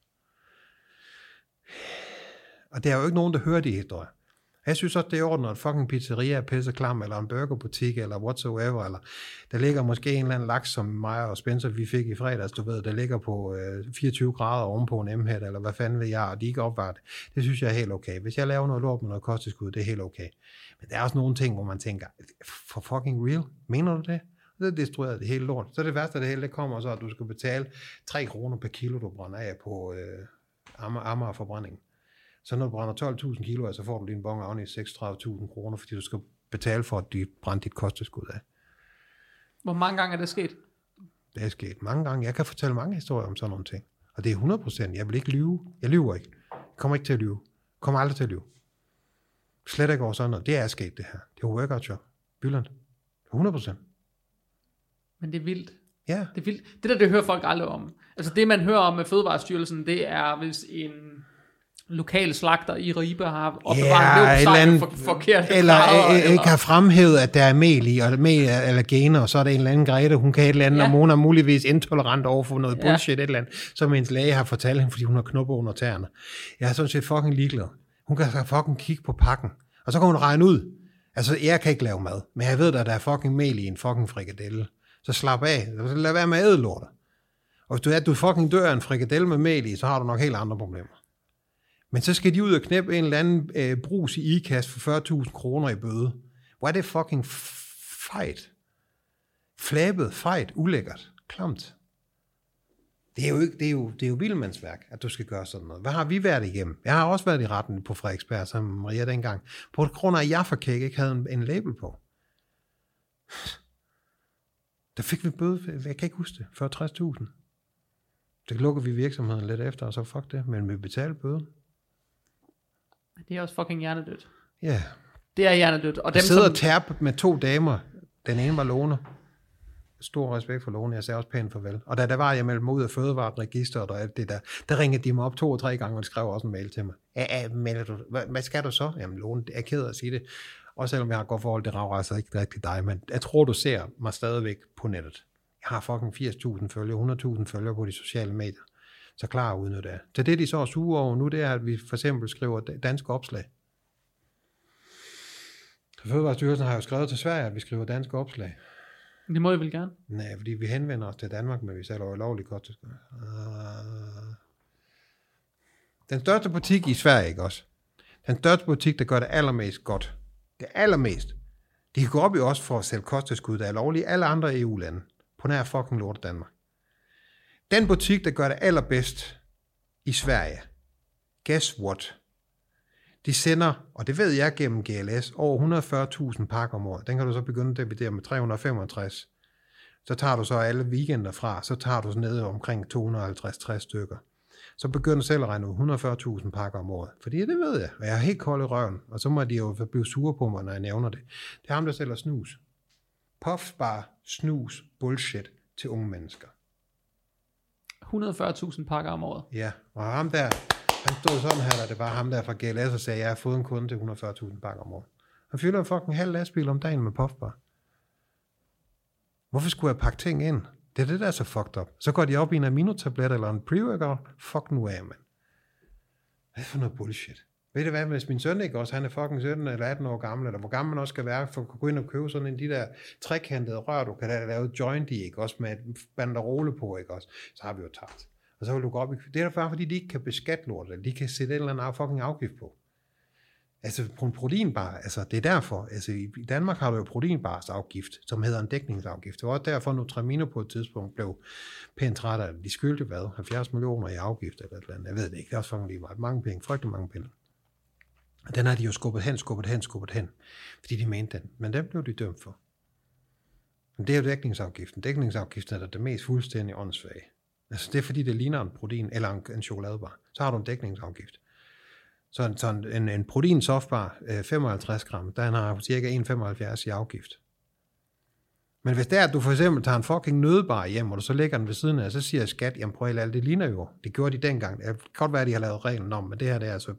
Og der er jo ikke nogen, der hører de historier. Jeg synes også, det er ordentligt, at fucking pizzeria er pisseklam, eller en burgerbutik, eller whatsoever, eller der ligger måske en eller anden laks, som mig og Spencer, vi fik i fredags, du ved, der ligger på 24 grader ovenpå en M-hæt, eller hvad fanden ved jeg, og de ikke opvarer det. Det synes jeg er helt okay. Hvis jeg laver noget lort med noget kosttilskud, det er helt okay. Men der er også nogle ting, hvor man tænker, for fucking real, mener du det? Det destruerer det hele lort. Så det værste af det hele, det kommer så, at du skal betale 3 kroner per kilo, du brænder af på Amagerforbrændingen. Så når du brænder 12.000 kilo, så får du din bong oveni 36.000 kroner, fordi du skal betale for, at de brænder dit kosttilskud af. Hvor mange gange er det sket? Det er sket mange gange. Jeg kan fortælle mange historier om sådan nogle ting. Og det er 100%. Jeg vil ikke lyve. Jeg lyver ikke. Jeg kommer ikke til at lyve. Jeg kommer aldrig til at lyve. Slet ikke over sådan noget. Det er sket, det her. Det er workout shop. Bylland. 100%. Men det er vildt. Ja. Det er vildt. Det hører folk aldrig om. Altså det, man hører om med Fødevarestyrelsen, det er, hvis en lokale slagter i Ribe har opbevaret forkert. Eller ikke har fremhævet, at der er mel i, og mel er allergener, og så er der en eller anden Grete, hun kan et eller andet, og hun er muligvis intolerant over for noget bullshit, et eller andet, som hendes læge har fortalt hende, fordi hun har knopper under tæerne. Jeg er sådan set fucking ligeglad. Hun kan fucking kigge på pakken, og så kan hun regne ud. Altså, jeg kan ikke lave mad, men jeg ved, at der er fucking mel i en fucking frikadelle. Så slap af. Lad være med at æde lortet. Og hvis du fucking dør af en frikadelle med mel i, så har du nok helt andre problemer. Men så skal de ud og knæppe en eller anden brus i IKAST for 40.000 kroner i bøde. Hvor er det fucking fejt? Flabet, fejt, ulækkert, klamt. Det er jo vildmandsværk, at du skal gøre sådan noget. Hvad har vi været igennem? Jeg har også været i retten på Frederiksberg sammen med Maria dengang. På grund af, at Jaffa Cake ikke havde en label på. Der fik vi bøde, jeg kan ikke huske det, 40-60.000. Så lukker vi virksomheden lidt efter, og så fuck det, men vi betaler bøden. Det er også fucking hjernedødt. Ja. Yeah. Det er hjernedødt. Og jeg sidder og tærpe med 2 damer. Den ene var Lone. Stor respekt for Lone. Jeg sagde også pænt farvel. Og da der var, jeg meldte mig ud af fødevareregisteret og alt det der ringede de mig op 2 og 3 gange, og de skrev også en mail til mig. Hvad skal du så? Jamen Lone, jeg er ked af at sige det. Og selvom jeg har godt forhold, det rager altså ikke rigtig dig, men jeg tror, du ser mig stadigvæk på nettet. Jeg har fucking 80.000 følgere, 100.000 følgere på de sociale medier. Så klar at udnytte det. Så det, de så er sure over nu, det er, at vi for eksempel skriver danske opslag. Fødevarestyrelsen har jo skrevet til Sverige, at vi skriver danske opslag. Det må I vel gerne? Nej, fordi vi henvender os til Danmark, men vi sælger jo lovligt godt. Den største butik i Sverige, ikke også? Den største butik, der gør det allermest godt. Det allermest. De kan gå op i os for at sælge kosttilskud, der er lovligt i alle andre EU-lande. På nær fucking lort Danmark. Den butik, der gør det allerbedst i Sverige, guess what? De sender, og det ved jeg gennem GLS, over 140.000 pakker om året. Den kan du så begynde at dividere med 365. Så tager du så alle weekender fra, så tager du ned omkring 250-60 stykker. Så begynder du selv at regne ud 140.000 pakker om året. Fordi det ved jeg, og jeg er helt kold i røven. Og så må de jo blive sure på mig, når jeg nævner det. Det er ham, der sælger snus. Puffbar, snus, bullshit til unge mennesker. 140.000 pakker om året. Ja, og ham der, han stod sådan her, det var ham der fra GLS og sagde, jeg har fået en kunde til 140.000 pakker om året. Han fylder en fucking halv lastbil om dagen med puffbar. Hvorfor skulle jeg pakke ting ind? Det er det, der er så fucked up. Så går de op i en aminotablet eller en pre-workout. Fuck nu af, mand. Hvad er det for noget bullshit? Ved du hvad, hvis min søn ikke også, han er fucking 17 eller 18 år gammel, eller hvor gammel man også skal være, for at kunne gå ind og købe sådan en de der trekantede rør, du kan lave joint i, ikke også, med et banderole på, ikke også, så har vi jo tabt. Og så vil du gå op i, det er bare fordi, de ikke kan beskatte lort, eller de kan sætte en eller anden fucking afgift på. Altså på en proteinbar, altså det er derfor, altså i Danmark har du jo proteinbars afgift, som hedder en dækningsafgift. Det var også derfor, Nutramino på et tidspunkt blev pænt træt af det. De skyldte hvad? 70 millioner i afgift eller et eller andet. Jeg ved det ikke, det er også fucking lige meget. Mange penge, frygtelig mange penge. Og den har de jo skubbet hen, fordi de mente den. Men den blev de dømt for. Men det er jo dækningsafgiften. Dækningsafgiften er det mest fuldstændig åndssvage. Altså det er fordi, det ligner en protein eller en chokoladebar. Så har du en dækningsafgift. Så en protein softbar, 55 gram, der har cirka 1,75 i afgift. Men hvis det er, at du for eksempel tager en fucking nødbar hjem, og du så lægger den ved siden af, så siger skat, jamen prøv at det ligner jo. Det gjorde de dengang. Det kan godt være, at de har lavet reglen om, men det her det er altså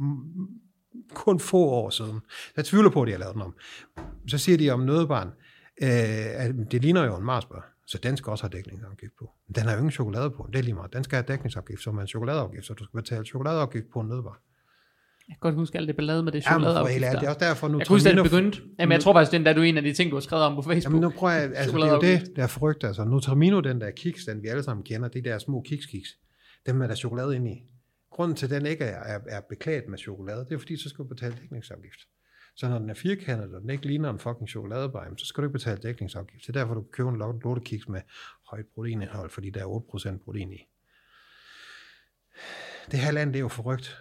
kun få år siden. Jeg tvivler på, at de har lavet den om. Så siger de om nødbaren, at det ligner jo en Marsbar, så den skal også have dækningsafgift på. Den har jo ingen chokolade på, det er lige meget. Den skal have dækningsafgift, som er en chokoladeafgift, så du skal betale chokoladeafgift på en nødbar. Jeg kan godt huske alt det ballade med det chokoladeafgift. Ja, det er også derfor nu. Jeg kunne huske, at det begyndte. Jamen, jeg tror faktisk, det er en af de ting, du har skrevet om på Facebook. Jamen, nu prøver jeg, altså, det er jo det, der er forrygt. Altså, Nutramino, den der kiks, den vi alle sammen kender, de der små kiks, dem er der chokolade inde i. Grunden til, at den ikke er beklædt med chokolade, det er fordi, så skal du betale dækningsafgift. Så når den er firkantet, og den ikke ligner en fucking chokoladebar, så skal du ikke betale dækningsafgift. Det er derfor, du kan købe en lortekiks med højt proteinindhold, fordi der er 8% protein i. Det her land, det er jo forrygt.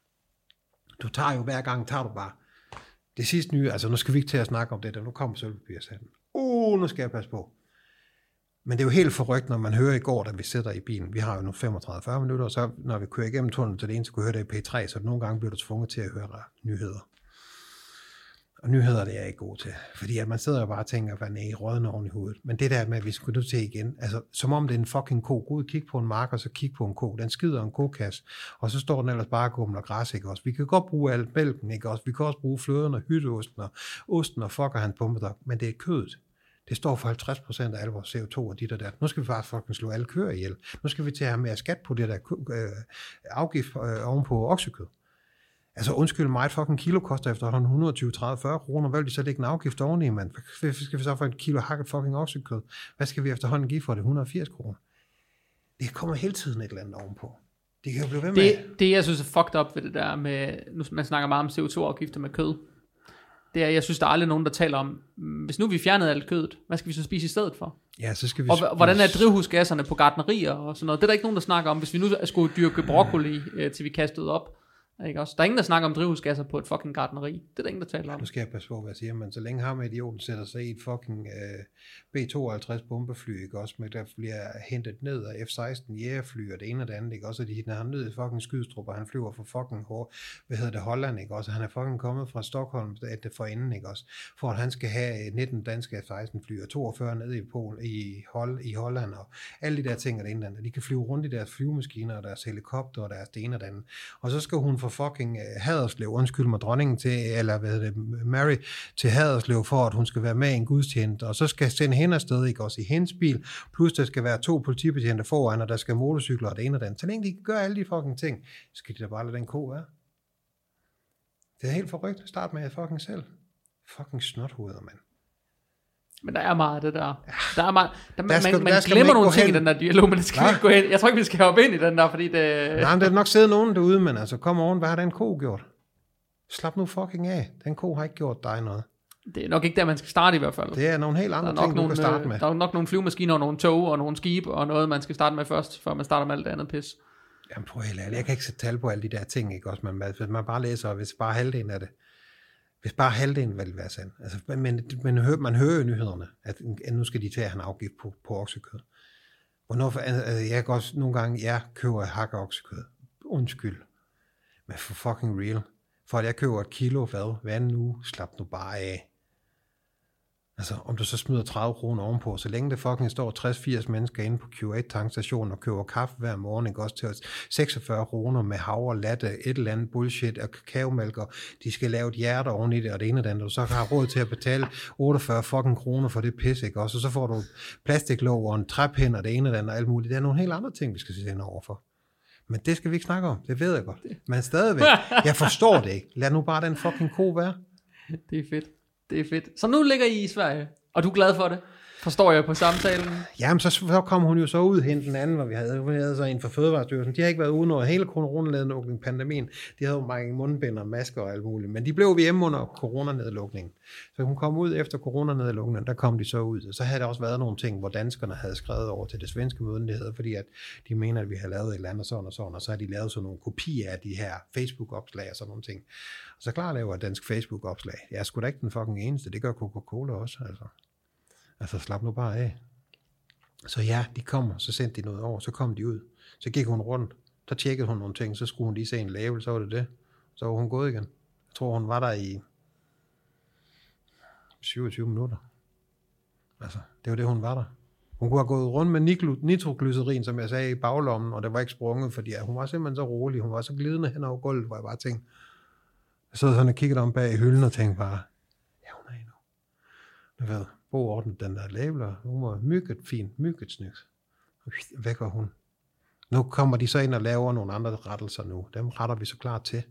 Du tager jo hver gang, tager du bare det sidste nye, altså nu skal vi ikke til at snakke om det, der nu kommer sølvpapirshatten. Nu skal jeg passe på. Men det er jo helt forrygt, når man hører i går, da vi sætter i bilen. Vi har jo nu 35-40 minutter, og så når vi kører igennem tunnelen til det ene, så kunne høre det i P3, så nogle gange bliver du tvunget til at høre nyheder. Og nyheder, det er jeg ikke god til. Fordi at man sidder og bare og tænker, hvad er i rådne oven i hovedet. Men det der med, at vi skulle nu til igen, altså som om det er en fucking ko. Gå ud og kig på en mark, og så kig på en ko. Den skider en kokasse, og så står den ellers bare og gumler græs, ikke også? Vi kan godt bruge alt mælken, ikke også? Vi kan også bruge fløden og hytteosten og osten og fucker han pumpedok, men det er kødet. Det står for 50% af al vores CO2 og dit og dat. Nu skal vi bare fucking slå alle køer ihjel. Nu skal vi til at have mere skat på det der afgift ovenpå oksekød. Altså undskyld mig, et fucking kilo koster efterhånden 120, 30, 40 kroner. Hvad vil de så lægge en afgift oveni, mand? Hvad skal vi så for et kilo hakket fucking oksekød? Hvad skal vi efterhånden give for det? 180 kroner. Det kommer hele tiden et eller andet ovenpå. Det kan jo blive ved med. Det jeg synes er fucked up ved det der med, nu man snakker meget om CO2-afgifter med kød, det er, jeg synes, der er aldrig nogen, der taler om, hvis nu vi fjernede alt kødet, hvad skal vi så spise i stedet for? Ja, så skal vi og hvordan er drivhusgasserne på gartnerier og sådan noget? Det er der ikke nogen, der snakker om. Hvis vi nu skulle dyrke broccoli, til vi kastede op, ikke også? Der er ingen, der snakker om drivhusgasser på et fucking gartneri. Det er der ingen, der taler om. Nu skal jeg passe på, hvad jeg siger, men så længe ham idioten sætter sig i et fucking B-52 bombefly, ikke også, med der bliver hentet ned af F-16 jægerfly og det ene og det andet, ikke også, og de har ned i fucking Skydestrup, og han flyver fra fucking Holland, ikke også, han er fucking kommet fra Stockholm for enden, ikke også, for at han skal have 19 danske F-16 fly og 42 nede i Holland, og alle de der ting og det ene og andet. De kan flyve rundt i deres flyvemaskiner og deres helikopter og deres det ene og det andet. Og så skal hun få fucking Haderslev, undskyld mig, dronningen til, eller Mary til Haderslev, for at hun skal være med i en gudstjeneste, og så skal sende hende afsted, ikke også, i hendes bil, plus der skal være 2 politibetjente foran, og der skal motorcykler og det ene og det andet. Så længe de kan gøre alle de fucking ting, skal de da bare lade den ko være. Det er helt forrygt. Start med fucking selv. Fucking snothoveder, mand. Men der er meget af det der. Der er meget, man glemmer nogle ting i den der dialog, men det skal ikke gå hen. Jeg tror ikke, vi skal hoppe ind i den der, fordi det... Nej, men der er nok siddet nogen derude, men altså, kom oven, hvad har den ko gjort? Slap nu fucking af. Den ko har ikke gjort dig noget. Det er nok ikke der, man skal starte i hvert fald. Det er nogle helt andre ting, du kan starte med. Der er nok nogle flyvemaskiner og nogle tog og nogle skib og noget, man skal starte med først, før man starter med alt det andet pis. Jamen prøv helt ærligt, jeg kan ikke sætte tal på alle de der ting, ikke også? Hvis man bare læser, hvis bare halvdelen af det, hvis bare halvdelen vil være sandt. Altså, man hører jo nyhederne, at nu skal de til at have en afgift på oksekød. Jeg kan også nogle gange, jeg køber hakke oksekød. Undskyld. Men for fucking real. For at jeg køber et kilo, hver anden uge, slap nu bare af. Altså, om du så smider 30 kroner ovenpå, så længe det fucking står 60-80 mennesker inde på Q8-tankstationen og køber kaffe hver morgen, ikke også til os 46 kroner med havre, latte, et eller andet bullshit og kakaomælk, og de skal lave et hjerte oven i det, og det ene og det andet, og så har råd til at betale 48 fucking kroner for det pis, ikke også? Og så får du plastiklåg og en træpind og det ene og det andet og alt muligt. Det er nogle helt andre ting, vi skal se ind overfor. Men det skal vi ikke snakke om, det ved jeg godt. Men stadigvæk, jeg forstår det ikke. Lad nu bare den fucking ko være. Det er fedt. Det er fedt. Så nu ligger I Sverige, og du er glad for det? Forstår jeg på samtalen? Jamen, så kom hun jo så ud hen den anden, hvor vi havde så en fra Fødevarestyrelsen. De har ikke været ude under hele coronanedlukningen, pandemien. De havde jo mange mundbind og masker og alt muligt. Men de blev vi hjemme under coronanedlukningen. Så hun kom ud efter coronanedlukningen, der kom de så ud. Og så havde der også været nogle ting, hvor danskerne havde skrevet over til det svenske myndigheder, fordi at de mener, at vi har lavet et eller andet sådan og sådan, og så har de lavet sådan nogle kopier af de her Facebook-opslag og sådan nogle ting. Og så klart laver et dansk Facebook-opslag. Jeg er sgu da ikke den fucking eneste. Det gør Coca-Cola også, altså. Altså, slap nu bare af. Så ja, de kommer, så sendte de noget over, så kom de ud. Så gik hun rundt, der tjekkede hun nogle ting, så skulle hun lige se en label, så var det det. Så var hun gået igen. Jeg tror, hun var der i 27 minutter. Altså, det var det, hun var der. Hun kunne have gået rundt med nitroglycerin, som jeg sagde, i baglommen, og det var ikke sprunget, fordi hun var simpelthen så rolig. Hun var så glidende hen over gulvet, hvor jeg bare tænkte, jeg sad sådan og kiggede om bag i hylden og tænkte bare, ja, hun er endnu. Du ved, Bo ordnede den der label, hun var mygget fin, mygget snygt. Væk var hun. Nu kommer de så ind og laver nogle andre rettelser nu. Dem retter vi så klar til.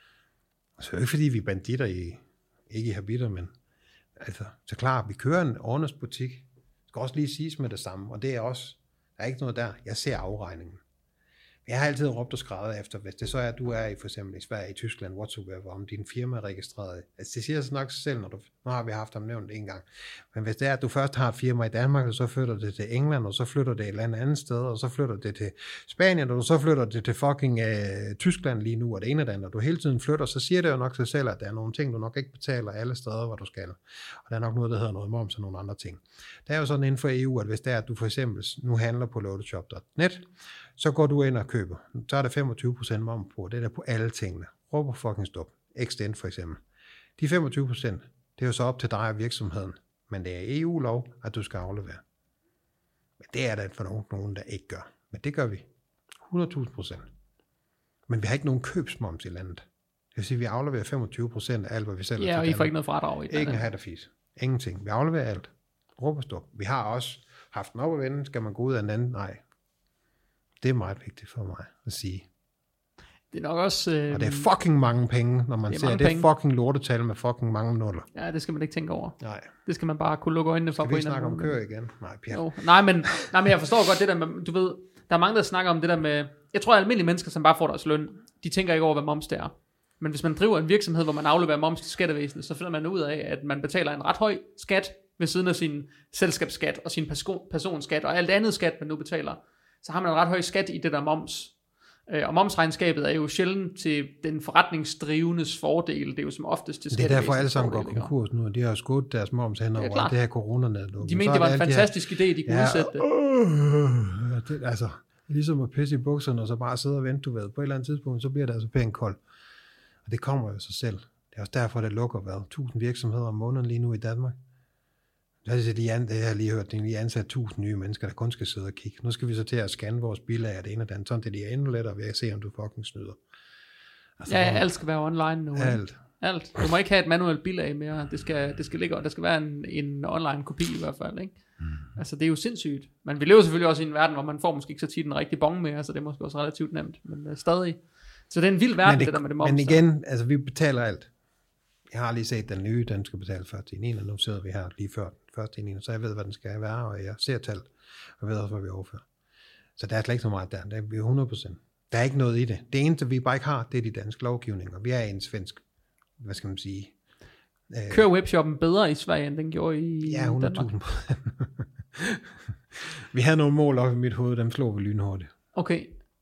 Så ikke fordi vi er banditter ikke i habitter, men altså, så klart, vi kører en ordnet butik. Det skal også lige siges med det samme, og det er også, der er ikke noget der. Jeg ser afregningen. Jeg har altid råbt og skrevet efter, hvis det så er, at du er i for eksempel i Sverige, i Tyskland, whatsoever, om din firma er registreret. Altså det siger sig nok sig selv, nu har vi haft ham nævnt en gang. Men hvis det er, at du først har et firma i Danmark, og så flytter det til England, og så flytter det et eller andet sted, og så flytter det til Spanien, og så flytter det til fucking Tyskland lige nu, og det ene og det andet, og du hele tiden flytter, så siger det jo nok sig selv, at der er nogle ting, du nok ikke betaler alle steder, hvor du skal. Og der er nok noget, der hedder noget moms og nogle andre ting. Det er jo sådan inden for EU, at hvis det er, at du for eksempel nu handler på loadedshop.net, så går du ind og køber. Så er der 25% moms på. Det er der på alle tingene. Råber fucking stop. Extend for eksempel. De 25%, det er jo så op til dig og virksomheden. Men det er EU-lov, at du skal aflevere. Men det er der for nogen, der ikke gør. Men det gør vi. 100.000%. Men vi har ikke nogen købsmoms i landet. Det vil sige, at vi afleverer 25% af alt, hvad vi sælger til Danmark. Ja, og I får ikke noget fradrag i det. Ikke en hat og fis. Ingenting. Vi afleverer alt. Råber stop. Vi har også haft den op at vende. Skal man gå ud af en anden? Nej. Det er meget vigtigt for mig at sige. Det er nok også... Og det er fucking mange penge, når man ser det fucking lortetal med fucking mange nuller. Ja, det skal man ikke tænke over. Nej. Det skal man bare kunne lukke øjnene for. Skal vi ikke snakke om kør igen? Nej, Pierre. Nej, men jeg forstår godt det der med, du ved, der er mange, der snakker om det der med, jeg tror, at almindelige mennesker, som bare får deres løn, de tænker ikke over, hvad moms det er. Men hvis man driver en virksomhed, hvor man afleverer moms til skattevæsenet, så finder man ud af, at man betaler en ret høj skat ved siden af sin selskabsskat og sin personskat og alt andet skat, man nu betaler. Så har man en ret høj skat i det der moms. Og momsregnskabet er jo sjældent til den forretningsdrivendes fordel. Det er jo som oftest til skattevæsenets. Det er derfor alle sammen går konkurs nu, og de har skudt deres moms hen over det her coronanedlukning. De mente, det var en fantastisk idé, de kunne udsætte det. Det. Altså, ligesom at pisse i bukserne, og så bare sidde og vente, du ved. På et eller andet tidspunkt, så bliver det altså pænt koldt. Og det kommer jo sig selv. Det er også derfor, det lukker, 1000 virksomheder om måneden lige nu i Danmark. Jeg har lige hørt, at de har ansat 1000 nye mennesker, der kun skal sidde og kigge. Nu skal vi så til at scanne vores bilag af det ene og det andet, sådan det er endnu lettere ved at se, om du fucking snyder. Altså, ja, alt skal være online nu. Alt. Du må ikke have et manuelt bilag mere. Det skal ligge, og der skal være en online kopi i hvert fald, ikke? Altså, det er jo sindssygt. Men vi lever selvfølgelig også i en verden, hvor man får måske ikke så tit en rigtig bong mere, så det er måske også relativt nemt, men stadig. Så det er en vild verden, det der med det moms. Men igen, altså vi betaler alt. Jeg har lige set den nye, den skal betale 40 og nu sidder vi her lige før 1. så jeg ved, hvad den skal være, og jeg ser tal, og ved også, hvad vi overfører. Så der er slet ikke så meget der. Det er vi 100%. Der er ikke noget i det. Det eneste, vi bare ikke har, det er de danske lovgivninger. Vi er i en svensk, hvad skal man sige... Kører webshoppen bedre i Sverige, end den gjorde i Danmark? Ja, 100%. Vi havde nogle mål op i mit hoved, dem slog vi lynhurtigt. Okay.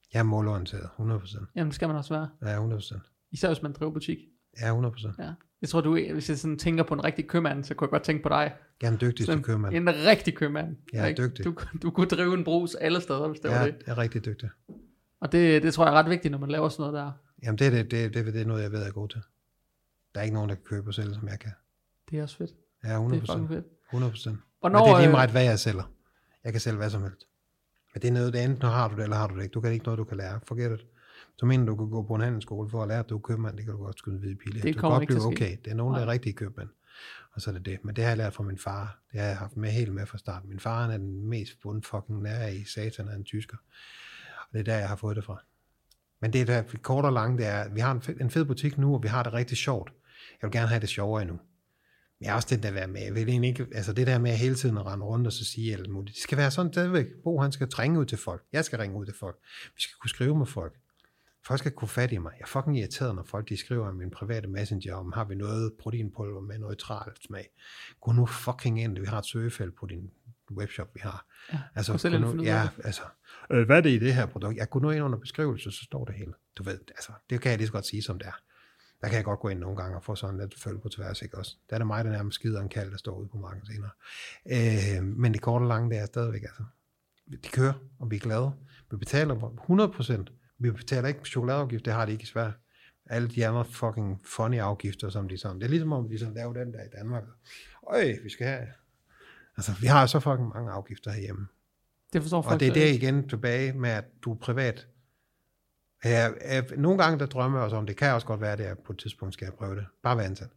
Jeg er målorienteret, 100%. Jamen, det skal man også være. Ja, 100%. Især hvis man driver butik. Ja, 100%. Ja. Jeg tror, hvis jeg sådan tænker på en rigtig købmand, så kunne jeg godt tænke på dig. Jeg er den dygtigste købmand. En rigtig købmand. Jeg er dygtig. Du kunne drive en brus alle steder, hvis det var det. Jeg er rigtig dygtig. Og det tror jeg er ret vigtigt, når man laver sådan noget der. Jamen, det er noget, jeg ved, jeg er god til. Der er ikke nogen, der kan købe og sælge, som jeg kan. Det er også fedt. Ja, 100%. Det er fucking fedt. 100%. Og men det er lige meget, hvad jeg sælger. Jeg kan sælge hvad som helst. Men det er noget, det enten har du det, eller har du det ikke. Du kan ikke noget, du kan lære. Forget it. Så mener du kan gå på en handelsskole for at lære, at du er købmand. Det kan du godt skyde hvide pile. Det kan godt blive okay. Det er nogen, der er rigtige købmand. Og så er det det. Men det har jeg lært fra min far. Det har jeg haft med helt med fra start. Min far han er den mest bundfucking nære i satan af en tysker. Og det er der, jeg har fået det fra. Men det er kort og langt, det er, vi har en fed butik nu, og vi har det rigtig sjovt. Jeg vil gerne have det sjovere endnu. Men jeg er også det der med, jeg vil egentlig ikke, altså det der med hele tiden at rende rundt og så sige alt muligt. Det skal være sådan, stadigvæk. Bo, han skal ringe ud til folk. Jeg skal ringe ud til folk. Vi skal kunne skrive med folk. Folk skal kunne fat i mig. Jeg er fucking irriteret, når folk de skriver i min private messenger, om har vi noget proteinpulver med neutral smag. Gå nu fucking ind, vi har et søgefelt på din webshop, vi har. Ja, altså, hvad er det i det her produkt? Jeg går nu ind under beskrivelse, så står det hele. Du ved, altså, det kan jeg lige så godt sige, som det er. Der kan jeg godt gå ind nogle gange og få sådan lidt følge på tværs, ikke også? Der er det mig, der nærmest skider en kald, der står ude på markedet senere. Men det korte og lange, det er stadigvæk, altså. De kører, og vi er glade. Vi betaler 100%. Vi betaler ikke chokoladeafgift, det har de ikke i Sverige. Alle de andre fucking funny afgifter, som de sådan. Det er ligesom om, de sådan laver den der i Danmark. Vi skal have... Altså, vi har så fucking mange afgifter herhjemme. Det forstår folk. Og det er der igen tilbage med, at du er privat. Nogle gange, der drømmer jeg også om, det kan også godt være, at jeg på et tidspunkt skal jeg prøve det. Bare være ansat.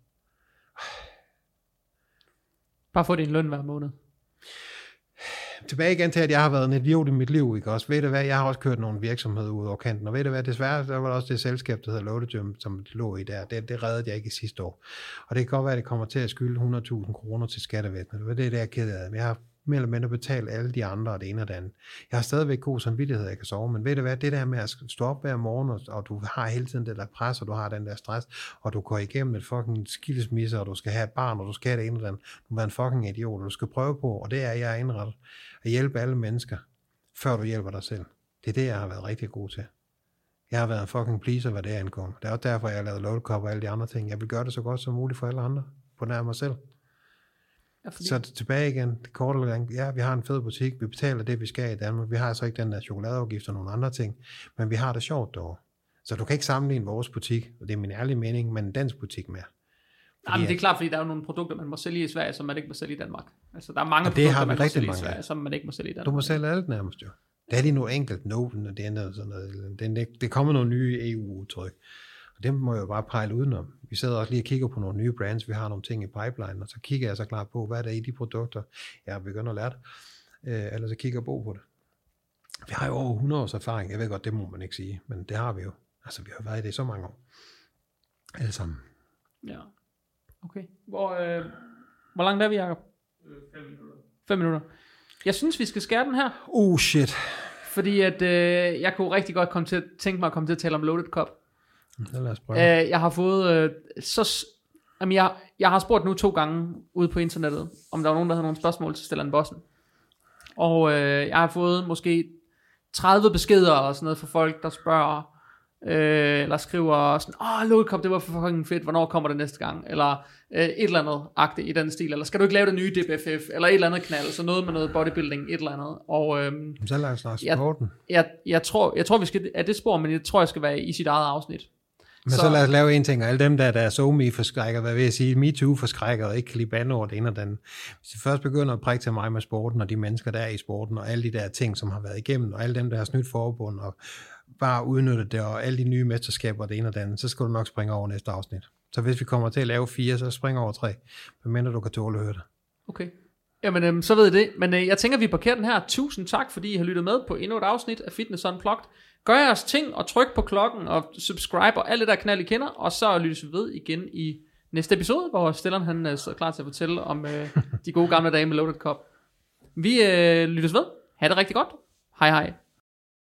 Bare få din løn hver måned. Tilbage igen til, at jeg har været en idiot i mit liv, ikke også? Ved du hvad, jeg har også kørt nogle virksomheder ud over kanten, og ved du hvad, desværre, der var også det selskab, der hedder Loaded, som lå i der. Det reddede jeg ikke i sidste år. Og det kan godt være, at det kommer til at skylde 100.000 kroner til skattevæsenet. Det er det, jeg er ked af. Jeg har mere eller mindre betalt alle de andre og det ene og det andet. Jeg har stadigvæk god samvittighed, jeg kan sove, men ved du hvad, det der med at stå op hver morgen, og du har hele tiden det der pres, og du har den der stress, og du går igennem et fucking skilsmisse, og du skal have et barn, og du skal have det ene eller andet. Du er en fucking idiot, og du skal prøve på, og det er jeg indrettet, at hjælpe alle mennesker, før du hjælper dig selv. Det er det, jeg har været rigtig god til. Jeg har været en fucking pleaser, hvad det angår. Det er også derfor, jeg har lavet Loaded Cup og alle de andre ting. Jeg vil gøre det så godt som muligt for alle andre, på nær mig selv. Ja, fordi... Så tilbage igen, det korte og langt. Ja, vi har en fed butik, vi betaler det, vi skal i Danmark. Vi har altså ikke den der chokoladeafgift og nogle andre ting, men vi har det sjovt derovre. Så du kan ikke sammenligne vores butik, og det er min ærlige mening, men en dansk butik mere. Jamen, det er klart, fordi der er jo nogle produkter, man må sælge i Sverige, som man ikke må sælge i Danmark. Altså, der er mange produkter, man må sælge i Sverige, som man ikke må sælge i Danmark. Du må sælge alt nærmest jo. Det er lige noget enkelt, det er sådan noget. Det kommer nogle nye EU-udtryk. Og dem må jeg jo bare pejle udenom. Vi sidder også lige og kigger på nogle nye brands. Vi har nogle ting i pipeline, og så kigger jeg så klart på, hvad der er i de produkter, jeg har begyndt at lære det. Eller så kigger jeg på det. Vi har jo over 100 års erfaring. Jeg ved godt, det må man ikke sige, men det har vi jo. Altså, vi har været i det i så mange år. Alle sammen. Ja. Okay. Hvor langt er vi, Jacob? 5 minutter. 5 minutter. Jeg synes, vi skal skære den her. Shit. Fordi at jeg kunne rigtig godt tænke mig at komme til at tale om Loaded Cup. Lad os prøve. Jeg har fået jeg har spurgt nu 2 gange ude på internettet, om der var nogen, der havde nogle spørgsmål til Stellan Bossen. Og jeg har fået måske 30 beskeder og sådan noget fra folk, der spørger, eller skriver sådan, Loaded Cup, det var for fucking fedt, hvornår kommer det næste gang? Eller et eller andet agtigt i den stil, eller skal du ikke lave det nye DBFF, eller et eller andet knald, så noget med noget bodybuilding, et eller andet. Og så lad os snakke sporten. Jeg tror vi skal af det spor, men jeg tror jeg skal være i sit eget afsnit. Men så lad os lave en ting, og alle dem, der er SoMe-forskrækker, hvad vil jeg sige, MeToo-forskrækker, og ikke kan lide bandord det ene og den. Hvis de først begynder at prikke til mig med sporten, og de mennesker, der er i sporten, og alle de der ting, som har været igennem, og alle dem, der har snydt forbund, og bare udnyttet det, og alle de nye mesterskaber, det ene og det andet, så skal du nok springe over næste afsnit. Så hvis vi kommer til at lave 4, så spring over 3, medmindre du kan tåle at høre det. Okay. Jamen, så ved jeg det. Men jeg tænker, vi parkerer den her. Tusind tak, fordi I har lyttet med på endnu et afsnit af Fitness Unplugged. Gør jeres ting, og tryk på klokken, og subscribe, og alt det der knald, I kender. Og så lyttes vi ved igen i næste episode, hvor Stellan han er klar til at fortælle om de gode gamle dage med Loaded Cup. Vi lyttes ved. Ha' det rigtig godt. Hej hej.